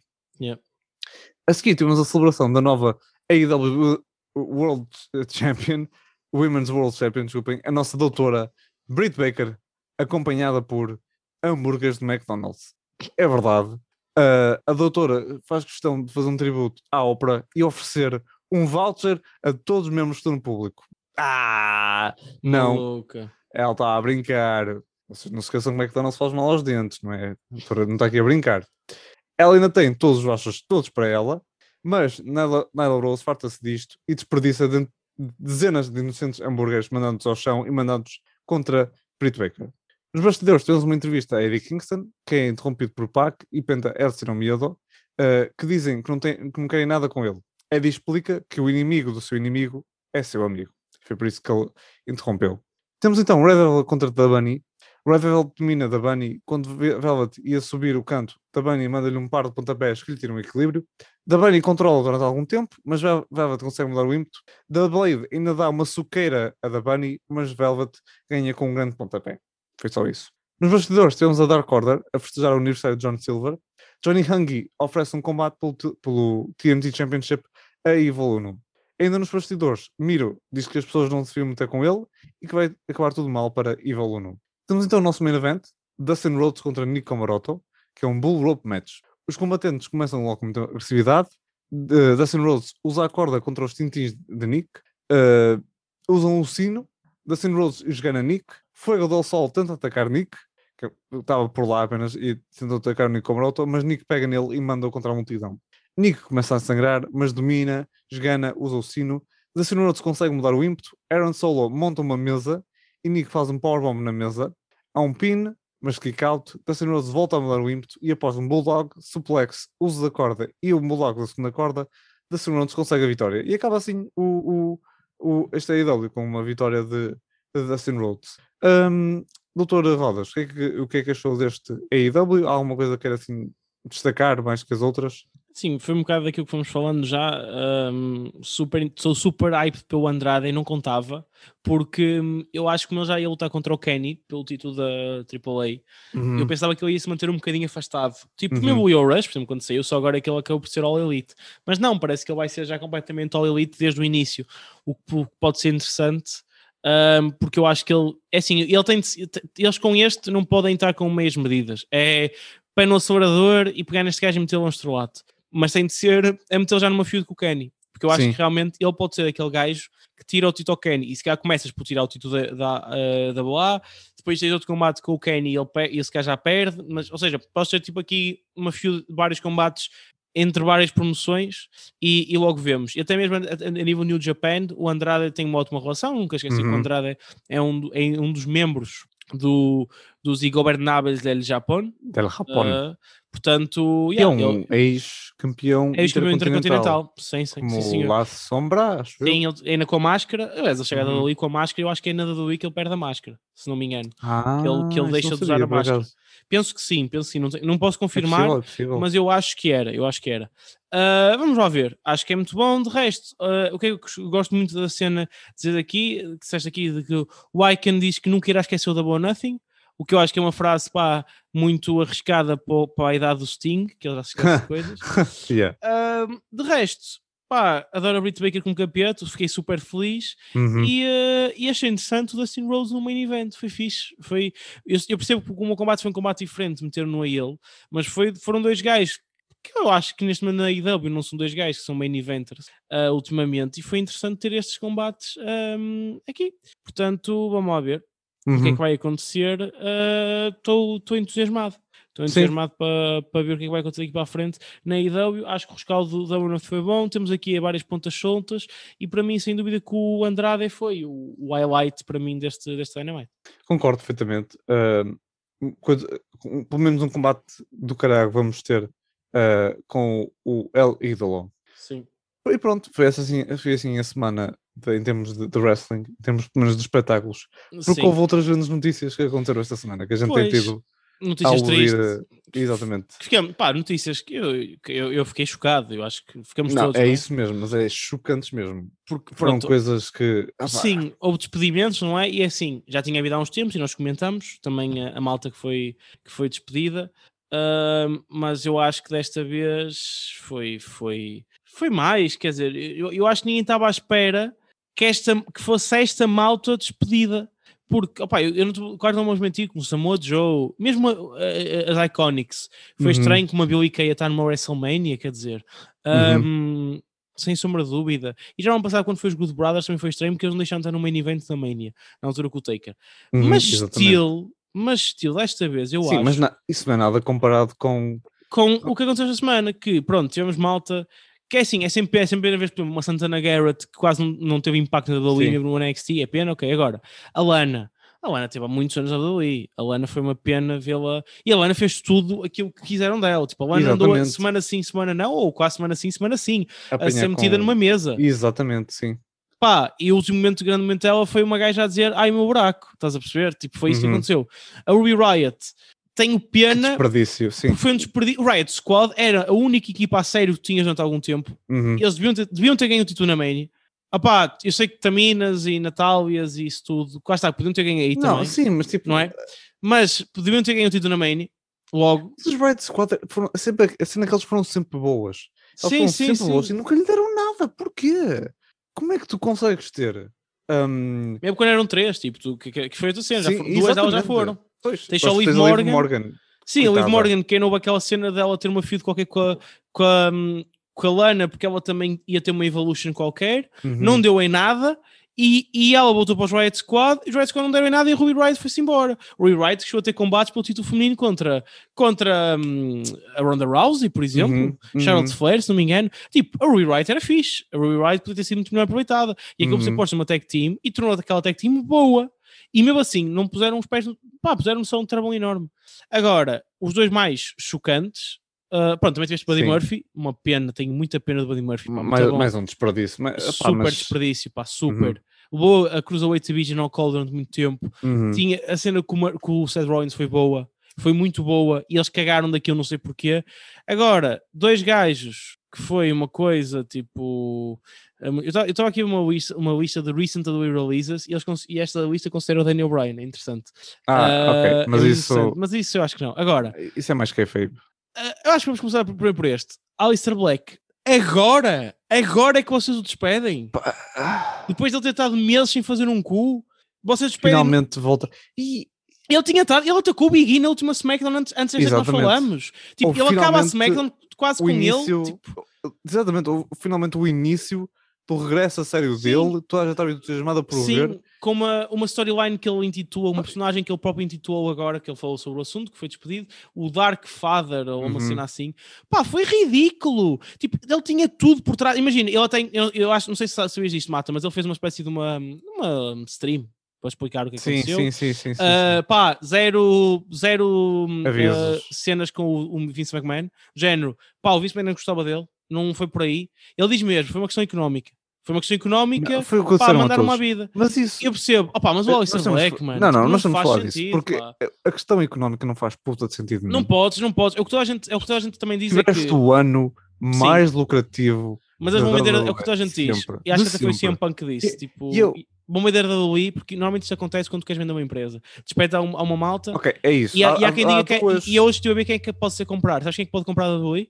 A seguir temos a celebração da nova AEW World Champion, Women's World Champion, desculpem, a nossa doutora Britt Baker, acompanhada por hambúrgueres de McDonald's. É verdade. A doutora faz questão de fazer um tributo à ópera e oferecer um voucher a todos os membros do público. Não. Maluca. Ela está a brincar. Vocês não se esqueçam que o McDonald's faz mal aos dentes, não é? A doutora não está aqui a brincar. Ela ainda tem todos os vouchers todos para ela, mas Nyla Rose farta-se disto e desperdiça dezenas de inocentes hambúrgueres, mandando-os ao chão e mandando-os contra Britt Baker. Nos bastidores temos uma entrevista a Eddie Kingston, que é interrompido por Pac e Penta Ercino Miedo, que dizem que não querem nada com ele. Eddie explica que o inimigo do seu inimigo é seu amigo. Foi por isso que ele interrompeu. Temos então Red Velvet contra Da Bunny. Red Velvet domina Da Bunny. Quando Velvet ia subir o canto, Da Bunny manda-lhe um par de pontapés que lhe tiram o equilíbrio. Da Bunny controla durante algum tempo, mas Velvet consegue mudar o ímpeto. Da Blade ainda dá uma suqueira a Da Bunny, mas Velvet ganha com um grande pontapé. Foi só isso. Nos bastidores temos a Dark Order a festejar o aniversário de John Silver. Johnny Hungee oferece um combate pelo TNT Championship a Evil Uno. Ainda nos bastidores, Miro diz que as pessoas não se deviam meter com ele e que vai acabar tudo mal para Evil Uno. Temos então o nosso main event, Dustin Rhodes contra Nick Comoroto, que é um bull rope match. Os combatentes começam logo com muita agressividade. Dustin Rhodes usa a corda contra os tintins de Nick. Usam o sino. Dustin Rhodes esgana Nick. Fuego del Sol tenta atacar Nick, que estava por lá apenas e tentou atacar o Nick Comoroto, mas Nick pega nele e manda-o contra a multidão. Nick começa a sangrar, mas domina, esgana, usa o sino. Dustin Rhodes consegue mudar o ímpeto. Aaron Solo monta uma mesa e Nick faz um powerbomb na mesa. Há um pin, mas kick out. Dustin Rhodes volta a mudar o ímpeto e após um bulldog, suplex, uso da corda e o bulldog da segunda corda, Dustin Rhodes consegue a vitória. E acaba assim este AEW com uma vitória de Dustin Rhodes. Doutor Rodas, o que é que achou deste AEW? Há alguma coisa que queira assim destacar mais que as outras? Sim, foi um bocado daquilo que fomos falando já. Sou super hyped pelo Andrade e não contava, porque eu acho que ele já ia lutar contra o Kenny pelo título da AAA. Eu pensava que ele ia se manter um bocadinho afastado, tipo mesmo o Yo Rush, por exemplo, quando saiu, só agora é que ele acabou por ser All Elite, mas não, parece que ele vai ser já completamente All Elite desde o início, o que pode ser interessante. Porque eu acho que ele é assim, eles com este não podem entrar com meias medidas, é pé no acelerador e pegar neste gajo e metê-lo um estrelato, mas tem de ser a metê-lo já numa feud com o Kenny, porque eu acho que realmente ele pode ser aquele gajo que tira o título ao Kenny, e se calhar começas por tirar o título da Boa, depois tens outro combate com o Kenny e esse gajo já perde, mas, ou seja, pode ser tipo aqui uma feud de vários combates entre várias promoções e logo vemos. E até mesmo a nível New Japan, o Andrade tem uma ótima relação, nunca esqueci que o Andrade é um dos membros do dos Ingobernables del Japón. Portanto, é um ex-campeão intercontinental. Sim, como La Sombra, acho eu. Sim, ele ainda com a máscara. Aliás, a chegada dali com a máscara, eu acho que é na WWE que ele perde a máscara, se não me engano. Que ele deixa de usar a máscara. Penso que sim. Não posso confirmar, é possível. mas eu acho que era. Vamos lá ver. Acho que é muito bom. De resto, o que é que eu gosto muito da cena dizer aqui, que disseste aqui, de que o Icon diz que nunca irá esquecer o Double or Nothing. O que eu acho que é uma frase muito arriscada para a idade do Sting, que ele já se esquece de coisas. De resto, adoro a Britt Baker como campeão, fiquei super feliz e achei interessante o Dustin Rhodes no main event, foi fixe. Eu percebo que o meu combate foi um combate diferente, meteram-no a ele, mas foram dois gajos que eu acho que neste momento na AEW não são dois gajos que são main eventers ultimamente, e foi interessante ter estes combates aqui. Portanto, vamos lá ver. O que é que vai acontecer? Estou entusiasmado. Estou entusiasmado para ver o que é que vai acontecer aqui para a frente na AEW. Acho que o rescaldo da One foi bom. Temos aqui várias pontas soltas e para mim, sem dúvida, que o Andrade foi o highlight para mim deste Dynamite. Concordo perfeitamente. Pelo menos um combate do caralho vamos ter com o El Idolo. Sim. E pronto, foi assim a semana em termos de wrestling, em termos pelo menos de espetáculos. Porque houve outras grandes notícias que aconteceram esta semana, que a gente tem tido notícias tristes. Exatamente. Notícias que eu fiquei chocado. Eu acho que ficamos todos. Não é? Isso mesmo, mas é chocantes mesmo. Porque foram coisas que... Sim, houve despedimentos, não é? E é assim, já tinha havido há uns tempos e nós comentamos também a malta que foi despedida. Mas eu acho que desta vez foi mais, quer dizer, eu acho que ninguém estava à espera que fosse esta malta despedida, porque, eu não vamos mentir, como Samoa Joe, mesmo as Iconics, foi estranho como a Billie Kay estar numa WrestleMania, quer dizer, sem sombra de dúvida. E já no ano passado, quando foi os Good Brothers, também foi estranho, porque eles não deixaram de estar no main event da Mania, na altura com o Taker. Mas estilo, desta vez, eu acho... Sim, mas isso não é nada comparado com o que aconteceu esta semana, que, pronto, tivemos malta... Que é assim, é sempre a vez, por exemplo, uma Santana Garrett que quase não teve impacto na WWE no NXT, é pena, ok, agora, a Lana teve há muitos anos na WWE, a Lana foi uma pena vê-la, e a Lana fez tudo aquilo que quiseram dela, tipo, a Lana andou semana sim, semana não, ou quase semana sim, a ser metida numa mesa. Exatamente, sim. E o último grande momento dela foi uma gaja a dizer, ai meu buraco, estás a perceber? Tipo, foi isso que aconteceu. A Ruby Riott, tenho pena. Desperdício, sim. Foi um desperdício. O Riot Squad era a única equipa a sério que tinha durante algum tempo. Eles deviam ter ganho o título na Mania. Eu sei que Taminas e Natálias e isso tudo, quase está, podiam ter ganho aí também. Não, sim, mas tipo... Não é? Mas deviam ter ganho o título na Mania. Logo. Os Riot Squad foram sempre... A cena que eles foram sempre boas. Eles foram sempre boas e nunca lhe deram nada. Porquê? Como é que tu consegues ter... Mesmo quando eram 3, tipo, que foi a tua cena. Duas delas já foram. Tens só o Liv Morgan. Sim, a Liv Morgan, que não houve aquela cena dela ter uma feud qualquer com a Lana, porque ela também ia ter uma Evolution qualquer, não deu em nada, e ela voltou para os Riot Squad, e os Riot Squad não deram em nada, e a Ruby Riott foi-se embora. O Ruby Riott chegou a ter combates pelo título feminino contra a Ronda Rousey, por exemplo, Charlotte Flair, se não me engano. Tipo, a Ruby Riott era fixe, a Ruby Riott podia ter sido muito melhor aproveitada, e aquilo você pôs numa tag team, e tornou aquela tag team boa. E mesmo assim, não puseram os pés... puseram só um travão enorme. Agora, os dois mais chocantes... também tiveste Buddy Murphy. Uma pena, tenho muita pena do Buddy Murphy. Mais um desperdício. Desperdício, super. Levou a Cruiserweight Division ao call durante muito tempo. Tinha a cena com o Seth Rollins foi boa. Foi muito boa. E eles cagaram daquilo, não sei porquê. Agora, dois gajos... que foi uma coisa tipo... Eu estava aqui uma lista de recent WWE releases e esta lista considera o Daniel Bryan, é interessante. Ok, mas isso eu acho que não. Agora... Isso é mais kayfabe. Eu acho que vamos começar por este. Aleister Black. Agora é que vocês o despedem? Depois de ele ter estado meses sem fazer um cu, vocês despedem... Finalmente volta... Ele atacou o Big E na última SmackDown antes desta que nós falamos. Tipo, ele acaba a SmackDown quase com início, ele. Tipo... Exatamente, finalmente o início do regresso a sério dele. Tu já estava entusiasmada por ver. Sim, com uma storyline que ele intitula, uma personagem que ele próprio intitulou agora, que ele falou sobre o assunto, que foi despedido, o Dark Father, ou uma cena assim. Foi ridículo. Tipo, ele tinha tudo por trás. Imagina, eu acho, não sei se sabias disto, Mata, mas ele fez uma espécie de uma stream para explicar o que aconteceu. Sim. Pá, zero cenas com o Vince McMahon. Género, pá, o Vince McMahon gostava dele, não foi por aí. Ele diz mesmo, foi uma questão económica. Foi uma questão económica, pá, mandaram uma vida. Mas isso... Eu percebo, mas o Alistair Black, mano, não, não faz sentido, disso, porque a questão económica não faz puta de sentido nenhum. Não podes. É o que toda a gente também diz. Tiveste o ano mais lucrativo. Mas eles vão vender, é o que toda a gente diz. E acho que até foi CM Punk que disse. Tipo, vão vender da WWE, porque normalmente isso acontece quando tu queres vender uma empresa. Despede a uma malta. Ok, é isso. E há quem diga que e hoje estive a ver quem é que pode ser comprar. Sabes quem é que pode comprar da WWE?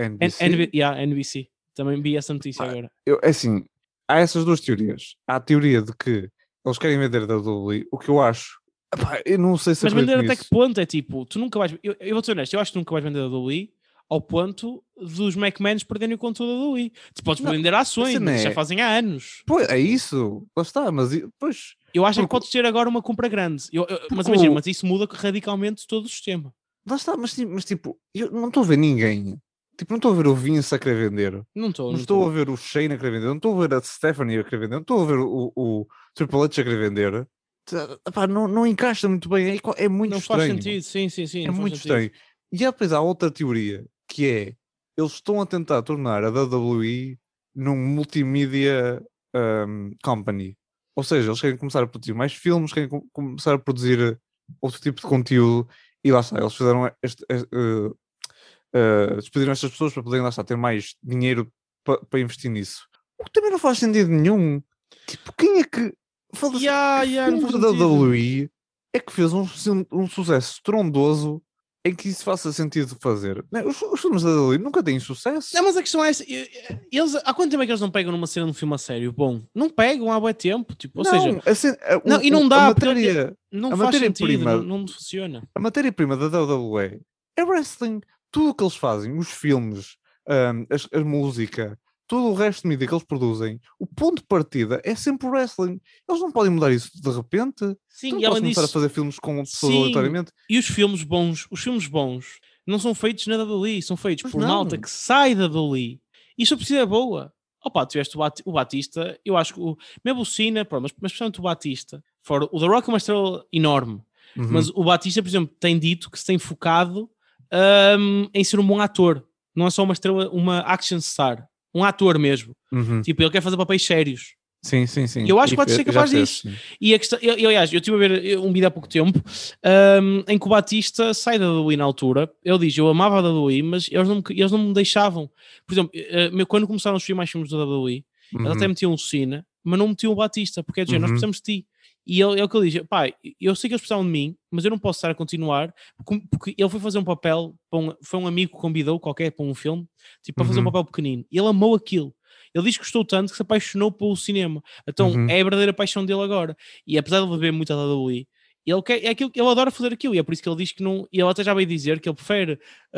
NBC. Também vi essa notícia agora. Assim, há essas duas teorias. Há a teoria de que eles querem vender da WWE, o que eu acho. Eu não sei se mas vender até que ponto é tipo, tu nunca vais. Eu vou ser honesto, eu acho que nunca vais vender da WWE ao ponto dos McMahons perderem o controle da WWE. Tu podes vender ações, mas já fazem há anos. Pois, é isso. Lá está, mas depois... Eu acho que podes ter agora uma compra grande. Mas imagina, mas isso muda radicalmente todo o sistema. Lá está, mas tipo, eu não estou a ver ninguém. Tipo, não estou a ver o Vince a querer vender. Não estou a ver o Shane a querer vender. Não estou a ver a Stephanie a querer vender. Não estou a ver o Triple H a querer vender. Epá, não encaixa muito bem. É muito estranho. Não faz sentido, sim. É muito estranho. E depois há outra teoria, que é, eles estão a tentar tornar a WWE num multimedia company. Ou seja, eles querem começar a produzir mais filmes, querem começar a produzir outro tipo de conteúdo. E lá está, eles fizeram despediram estas pessoas para poderem lá estar, ter mais dinheiro para investir nisso. O que também não faz sentido nenhum. Tipo, quem é que filme da WWE é que fez um sucesso estrondoso em que isso faça sentido fazer? Não, os filmes da WWE nunca têm sucesso. Não, mas a questão é essa, há quanto tempo é que eles não pegam numa cena de um filme a sério? Bom, não pegam há bué tempo, tipo, ou seja, e não dá, não faz sentido, não funciona. A matéria-prima da WWE é wrestling. Tudo o que eles fazem, os filmes, a música, todo o resto de mídia que eles produzem, o ponto de partida é sempre o wrestling. Eles não podem mudar isso de repente. Sim, e além disso, começar a fazer filmes com pessoas aleatoriamente. E os filmes bons não são feitos na WWE, são feitos por malta que sai da WWE. E se a precisa é boa. Opa, tiveste o Batista, eu acho que mesmo o Cena, mas especialmente o Batista, o The Rock é uma estrela enorme, mas o Batista, por exemplo, tem dito que se tem focado em ser um bom ator, não é só uma estrela, uma action star, um ator mesmo. Tipo, ele quer fazer papéis sérios. Sim. E eu acho que pode ser capaz disso. E a questão, aliás, eu estive a ver um vídeo há pouco tempo em que o Batista sai da WWE na altura. Ele diz, eu amava a WWE, mas eles não me deixavam. Por exemplo, quando começaram a surgir mais filmes da WWE, eles até metiam o Cena, mas não metiam o Batista, porque é dizer, nós precisamos de ti. E é o que ele diz, pá, eu sei que eles precisavam de mim, mas eu não posso estar a continuar, porque ele foi fazer um papel, foi um amigo que convidou qualquer para um filme, tipo, para fazer um papel pequenino. E ele amou aquilo. Ele diz que gostou tanto que se apaixonou pelo cinema. Então é a verdadeira paixão dele agora. E apesar de ele beber muito a WWE, ele adora fazer aquilo. E é por isso que ele diz que não. E ele até já veio dizer que ele prefere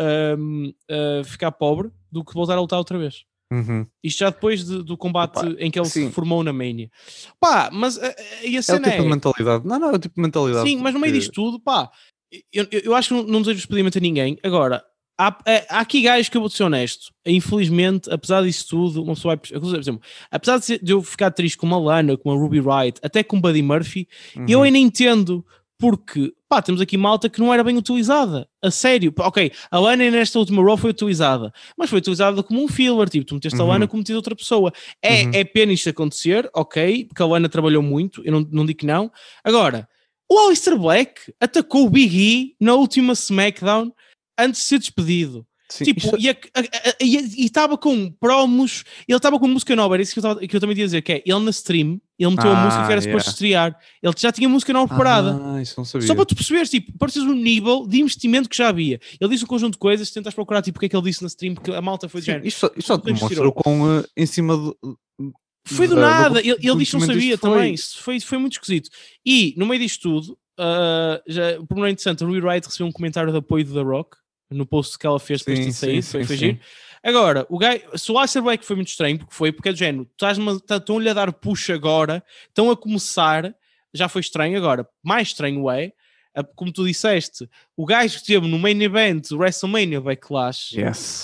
ficar pobre do que voltar a lutar outra vez. Isto já depois do combate em que ele se formou na Mania. Pá, mas e a cena é o tipo de mentalidade. Não, é o tipo de mentalidade. Sim, mas no meio disto tudo, pá, eu acho que não desejo despedimento a ninguém. Agora, há aqui gajos que eu vou ser honesto. Infelizmente, apesar disso tudo, uma pessoa vai, por exemplo, apesar de eu ficar triste com uma Lana, com uma Ruby Riott, até com Buddy Murphy, eu ainda entendo. Porque, pá, temos aqui malta que não era bem utilizada. A sério. Ok, a Lana nesta última Raw foi utilizada. Mas foi utilizada como um filler. Tipo, tu meteste a Lana como meteste outra pessoa. É pena isto acontecer, ok, porque a Lana trabalhou muito. Eu não digo que não. Agora, o Aleister Black atacou o Big E na última SmackDown antes de ser despedido. Sim, tipo, e estava com promos, ele estava com música nova, era isso que eu também ia dizer, que é, ele na stream, ele meteu a música que era suposto estrear, ele já tinha música nova preparada, isso não sabia. Só para tu perceberes, tipo, para teres um nível de investimento que já havia. Ele disse um conjunto de coisas, tentas procurar, tipo, o que é que ele disse na stream, porque a malta foi de género. Isto só te mostra com em cima do... Foi do nada, ele disse que não sabia também, isso foi muito esquisito. E, no meio disto tudo, por um interessante, a Ruby Riott recebeu um comentário de apoio do The Rock, no post que ela fez depois de sair, foi giro. Agora, o gajo, se o Aleister Black foi muito estranho, porque é do género, estão-lhe a dar push agora, estão a começar, já foi estranho agora, mais estranho como tu disseste, o gajo que esteve no main event do WrestleMania Backlash,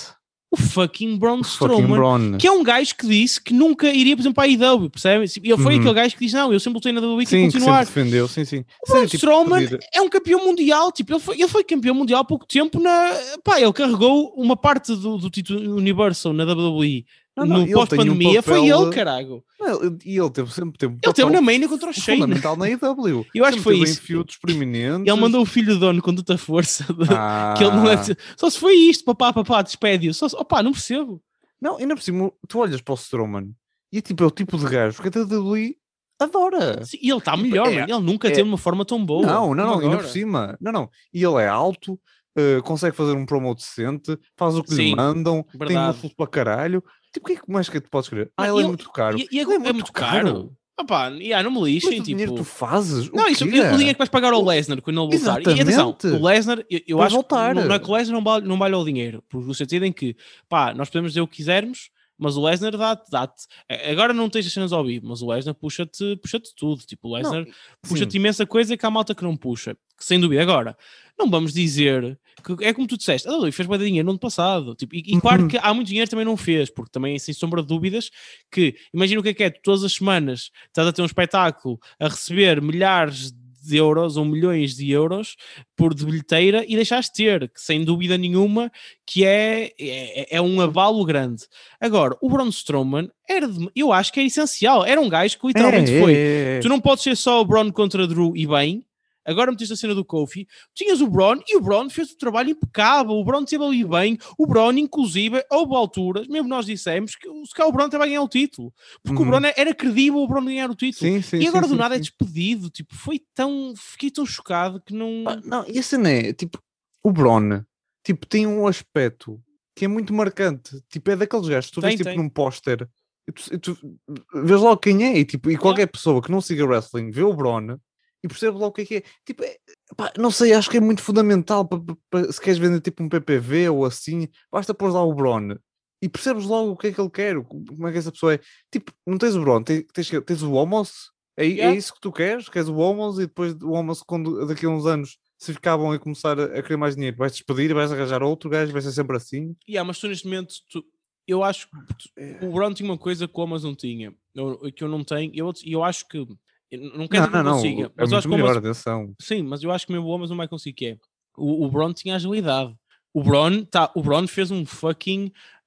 o fucking Braun Strowman, que é um gajo que disse que nunca iria, por exemplo, para a IW, percebe? E ele foi aquele gajo que disse, não, eu sempre lutei na WWE e continuar. Sim, defendeu, sim. O Braun Strowman é um campeão mundial, tipo, ele foi campeão mundial há pouco tempo ele carregou uma parte do título Universal na WWE. No pós-pandemia foi ele, caralho. E ele teve sempre ele teve na Mania contra o Shane. Fundamental na IW. Eu acho que foi isso. Ele mandou o filho do dono com tanta força. Que ele não é... Só se foi isto, papá, despede-o. Não percebo. Não, ainda por cima, tu olhas para o Strowman e é o tipo de gajo que a WWE adora. Sim, e ele está melhor, ele nunca teve uma forma tão boa. Não, ainda por cima. Não. E ele é alto, consegue fazer um promo decente, faz o que lhe mandam, tem uma foto para caralho. Tipo, o que mais que tu podes querer? Ele é muito caro. Ele é muito caro. Não me lixem. Mas o dinheiro tu fazes? Não, o dinheiro é que vais pagar ao Lesnar quando ele voltar. E atenção, o Lesnar, eu acho que não é que o Lesnar não vale o dinheiro, por no sentido em que, nós podemos dizer o que quisermos, mas o Lesnar dá-te. Agora não tens as cenas ao vivo, mas o Lesnar puxa-te tudo. Tipo, o Lesnar puxa-te imensa coisa que há malta que não puxa. Sem dúvida. Agora, não vamos dizer que é como tu disseste, a WWE fez bem de dinheiro no ano passado. Tipo, e claro que há muito dinheiro também não fez, porque também, sem sombra de dúvidas, que imagina o que é, tu todas as semanas estás a ter um espetáculo a receber milhares de euros ou milhões de euros de bilheteira e deixaste ter, que sem dúvida nenhuma que é um avalo grande. Agora, o Braun Strowman eu acho que é essencial, era um gajo que literalmente foi. Tu não podes ser só o Braun contra Drew e bem. Agora meteste a cena do Kofi, tinhas o Braun e o Braun fez o trabalho impecável, o Braun esteve ali bem, o Braun inclusive houve alturas, mesmo nós dissemos que se calhar o Braun estava a ganhar o título, porque o Braun era credível o Braun ganhar o título, e agora do nada é despedido, tipo, fiquei tão chocado que não... Não, e a cena é, tipo, o Braun, tipo, tem um aspecto que é muito marcante, tipo, é daqueles gajos, tu vês tipo num póster, e tu vês logo quem é, e qualquer pessoa que não siga wrestling vê o Braun, e percebe logo o que é. Tipo, não sei, acho que é muito fundamental para se queres vender tipo um PPV ou assim, basta pôr lá o Braun e percebes logo o que é que ele quer, como é que essa pessoa é. Tipo, não tens o Braun, tens o Omos, é isso que tu queres o Omos, e depois o Omos, quando daqui a uns anos se ficavam a começar a querer mais dinheiro, vais despedir e vais arranjar outro gajo, vai ser sempre assim. Mas tu neste momento, eu acho que o Braun tinha uma coisa que o Omos não tinha, que eu não tenho, eu acho que não quero que não consiga. Mas é muito melhor, atenção. Sim, mas eu acho que mesmo o Omos não vai conseguir, que é. O Braun tinha agilidade. O Braun fez um fucking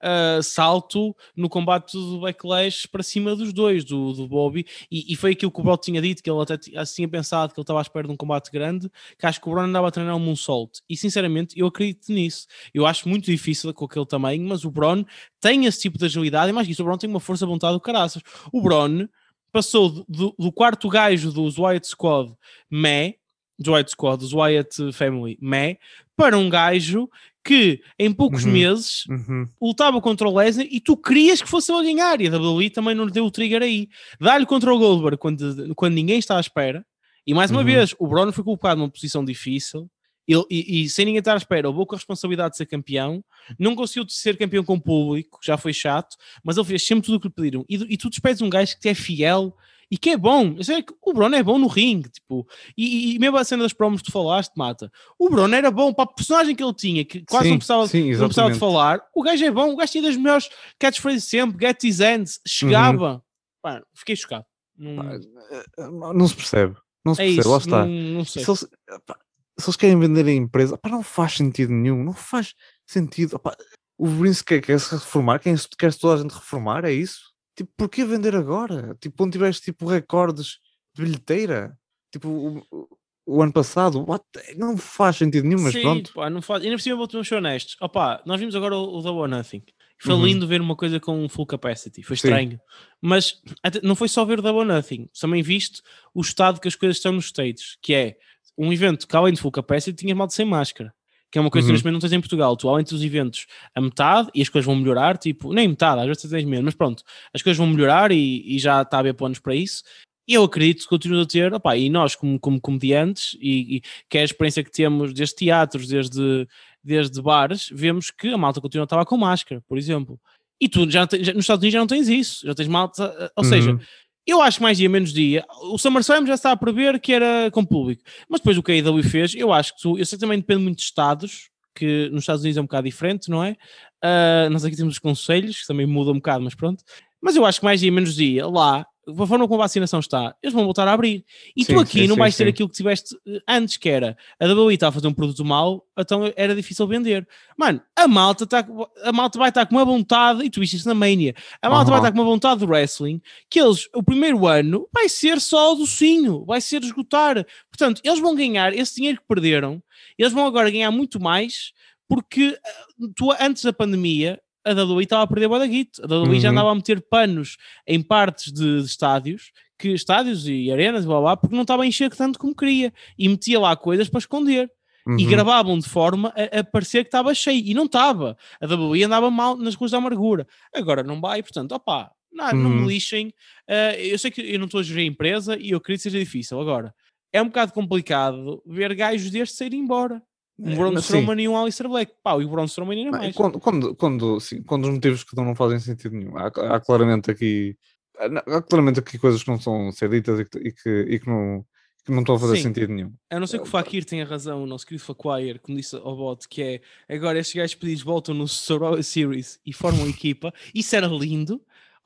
salto no combate do Backlash para cima dos dois, do Bobby, e foi aquilo que o Braun tinha dito, que ele até tinha pensado que ele estava à espera de um combate grande, que acho que o Braun andava a treinar um moonsault, e sinceramente eu acredito nisso. Eu acho muito difícil com aquele tamanho, mas o Braun tem esse tipo de agilidade, e mais que isso, o Braun tem uma força de vontade do caraças. O Braun passou do quarto gajo dos Wyatt Squad, dos Wyatt Family, para um gajo que em poucos meses lutava contra o Lesnar e tu querias que fosse ele a ganhar, e a WWE também não lhe deu o trigger aí. Dá-lhe contra o Goldberg quando ninguém está à espera, e mais uma vez, o Braun foi colocado numa posição difícil, e sem ninguém estar à espera, levou com a responsabilidade de ser campeão, não conseguiu ser campeão com o público, já foi chato, mas ele fez sempre tudo o que lhe pediram, e tu despedes um gajo que é fiel e que é bom. Eu sei que o Braun é bom no ringue, tipo, e mesmo a cena das promos que tu falaste, Mata, o Braun era bom para a personagem que ele tinha, que quase não precisava de falar. O gajo é bom, o gajo tinha das melhores catchphrases sempre, get his hands, chegava. Fiquei chocado. Não se percebe, lá está. Não sei. Se eles querem vender a empresa, não faz sentido nenhum, não faz sentido. O Vince quer se reformar, quer toda a gente reformar, é isso? Tipo, porquê vender agora? Tipo, quando tiveste tipo recordes de bilheteira, tipo o ano passado, não faz sentido nenhum, mas pronto. Não faz. E ainda por cima vou-te ser honesto. Nós vimos agora o Double or Nothing. Foi lindo ver uma coisa com full capacity, foi estranho. Mas não foi só ver o Double or Nothing, também viste o estado que as coisas estão nos States, que é um evento que além de full capacity tinha mal de sem máscara, que é uma coisa que neste momento não tens em Portugal. Tu, além dos eventos a metade, e as coisas vão melhorar, tipo, nem metade, às vezes tens menos, mas pronto, as coisas vão melhorar e já está a haver planos para isso. E eu acredito que continua a ter, e nós como comediantes, e que é a experiência que temos desde teatros, desde bares, vemos que a malta continua a estar lá com máscara, por exemplo. E tu nos Estados Unidos já não tens isso, já tens malta, ou seja... Eu acho que mais dia menos dia. O SummerSlam já está a prever que era com público. Mas depois o que a AEW fez, eu acho que eu sei que também depende muito de estados, que nos Estados Unidos é um bocado diferente, não é? Nós aqui temos os conselhos, que também mudam um bocado, mas pronto. Mas eu acho que mais dia menos dia, lá, a forma como a vacinação está, eles vão voltar a abrir. E tu aqui não vais ter aquilo que tiveste antes, que era a WWE está a fazer um produto mau, então era difícil vender. Mano, a malta vai estar com uma vontade, e tu viste isso na Mania, a malta vai estar com uma vontade de wrestling, que eles, o primeiro ano, vai ser só o docinho, vai ser esgotar. Portanto, eles vão ganhar esse dinheiro que perderam, eles vão agora ganhar muito mais, porque antes da pandemia, a WWE estava a perder bué da guito. A WWE já andava a meter panos em partes de estádios e arenas, blá, blá, porque não estava a encher tanto como queria. E metia lá coisas para esconder. E gravavam de forma a parecer que estava cheio. E não estava. A WWE andava mal nas ruas da amargura. Agora não vai, portanto, não me lixem. Eu sei que eu não estou a gerir a empresa e eu acredito que seja difícil. Agora, é um bocado complicado ver gajos destes saírem embora. Um Braun Strowman e um Aleister Black. E o Braun Strowman ainda mais. Quando os motivos que dão não fazem sentido nenhum. Há claramente aqui coisas que não são ser ditas e que não estão a fazer sentido nenhum. Eu não sei que o Fakir tenha razão, o nosso querido Faquire, como disse ao bot, que é agora estes gajos pedidos voltam no Survivor Series e formam equipa. Isso era lindo.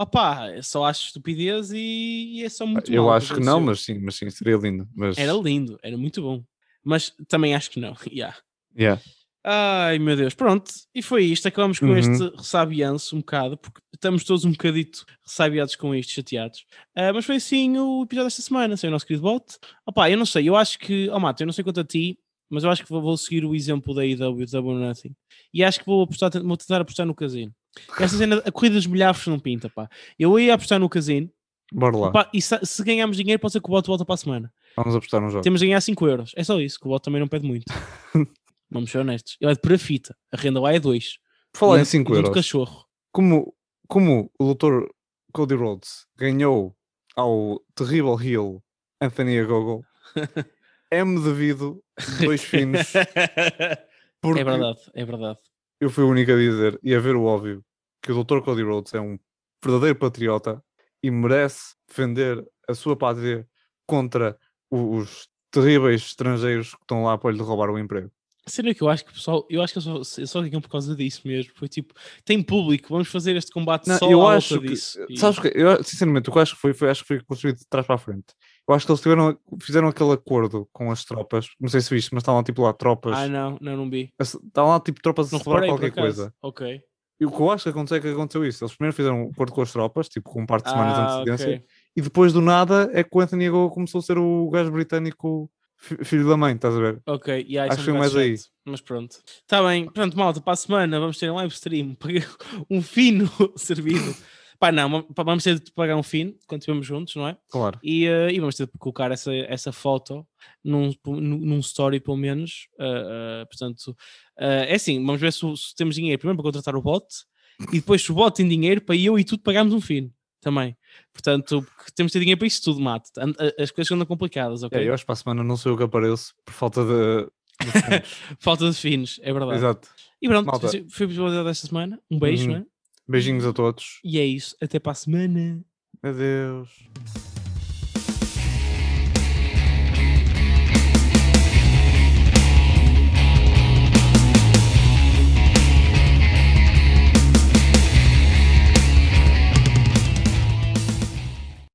Só acho estupidez e é só muito Eu mal, acho que não, mas sim, seria lindo. Era lindo, era muito bom. Mas também acho que não. Yeah. Ai meu Deus, pronto, e foi isto. Acabamos com este ressabianço um bocado, porque estamos todos um bocadito ressabiados com isto, chateados. Mas foi assim o episódio desta semana, sem o nosso querido bot. Eu não sei, eu acho que, Mato, eu não sei quanto a ti, mas eu acho que vou seguir o exemplo da IW, da Double Nothing, e acho que vou tentar apostar no casino. Esta cena, a corrida dos milhares não pinta, pá. Eu ia apostar no casino. Bora lá. E se ganharmos dinheiro, pode ser que o bot volta para a semana. Vamos apostar no jogo. Temos de ganhar 5 euros. É só isso, que o bot também não pede muito. Vamos ser honestos. Ele é de pura fita. A renda lá é 2. Falar em 5 euros. Cachorro. Como o Dr. Cody Rhodes ganhou ao terrível heel Anthony Ogogo, é-me devido 2 fins. É verdade. Eu fui o único a dizer e a ver o óbvio que o Dr. Cody Rhodes é um verdadeiro patriota e merece defender a sua pátria contra os terríveis estrangeiros que estão lá para lhe roubar o emprego. Sério que eu acho que o pessoal, eu só ganham por causa disso mesmo. Foi tipo, tem público, vamos fazer este combate só à volta disso. Sabes que eu, sinceramente, o que acho que foi construído de trás para a frente. Eu acho que eles fizeram aquele acordo com as tropas, não sei se viste, mas estavam tipo lá tropas. Não vi. Estavam lá tipo tropas a celebrar qualquer coisa. Ok. E o que eu acho que aconteceu é que aconteceu isso. Eles primeiro fizeram um acordo com as tropas, tipo com um par de semanas de antecedência, okay. E depois do nada é que o Anthony Ogogo começou a ser o gajo britânico filho da mãe, estás a ver? Ok, acho que foi mais aí. Mas pronto. Está bem, pronto, malta, para a semana vamos ter um live stream, um fino servido. Vamos ter de pagar um fino quando estivermos juntos, não é? Claro. E vamos ter de colocar essa foto num story, pelo menos. Portanto, é assim, vamos ver se temos dinheiro primeiro para contratar o bot e depois se o bot tem dinheiro para eu e tudo pagarmos um fino. Também. Portanto, temos de ter dinheiro para isso tudo, Mato. As coisas andam complicadas, ok? Eu acho que para a semana não sou eu que apareço por falta de finos. Falta de finos, é verdade. Exato. E pronto, foi o episódio desta semana. Um beijo, não é? Beijinhos a todos. E é isso. Até para a semana. Adeus.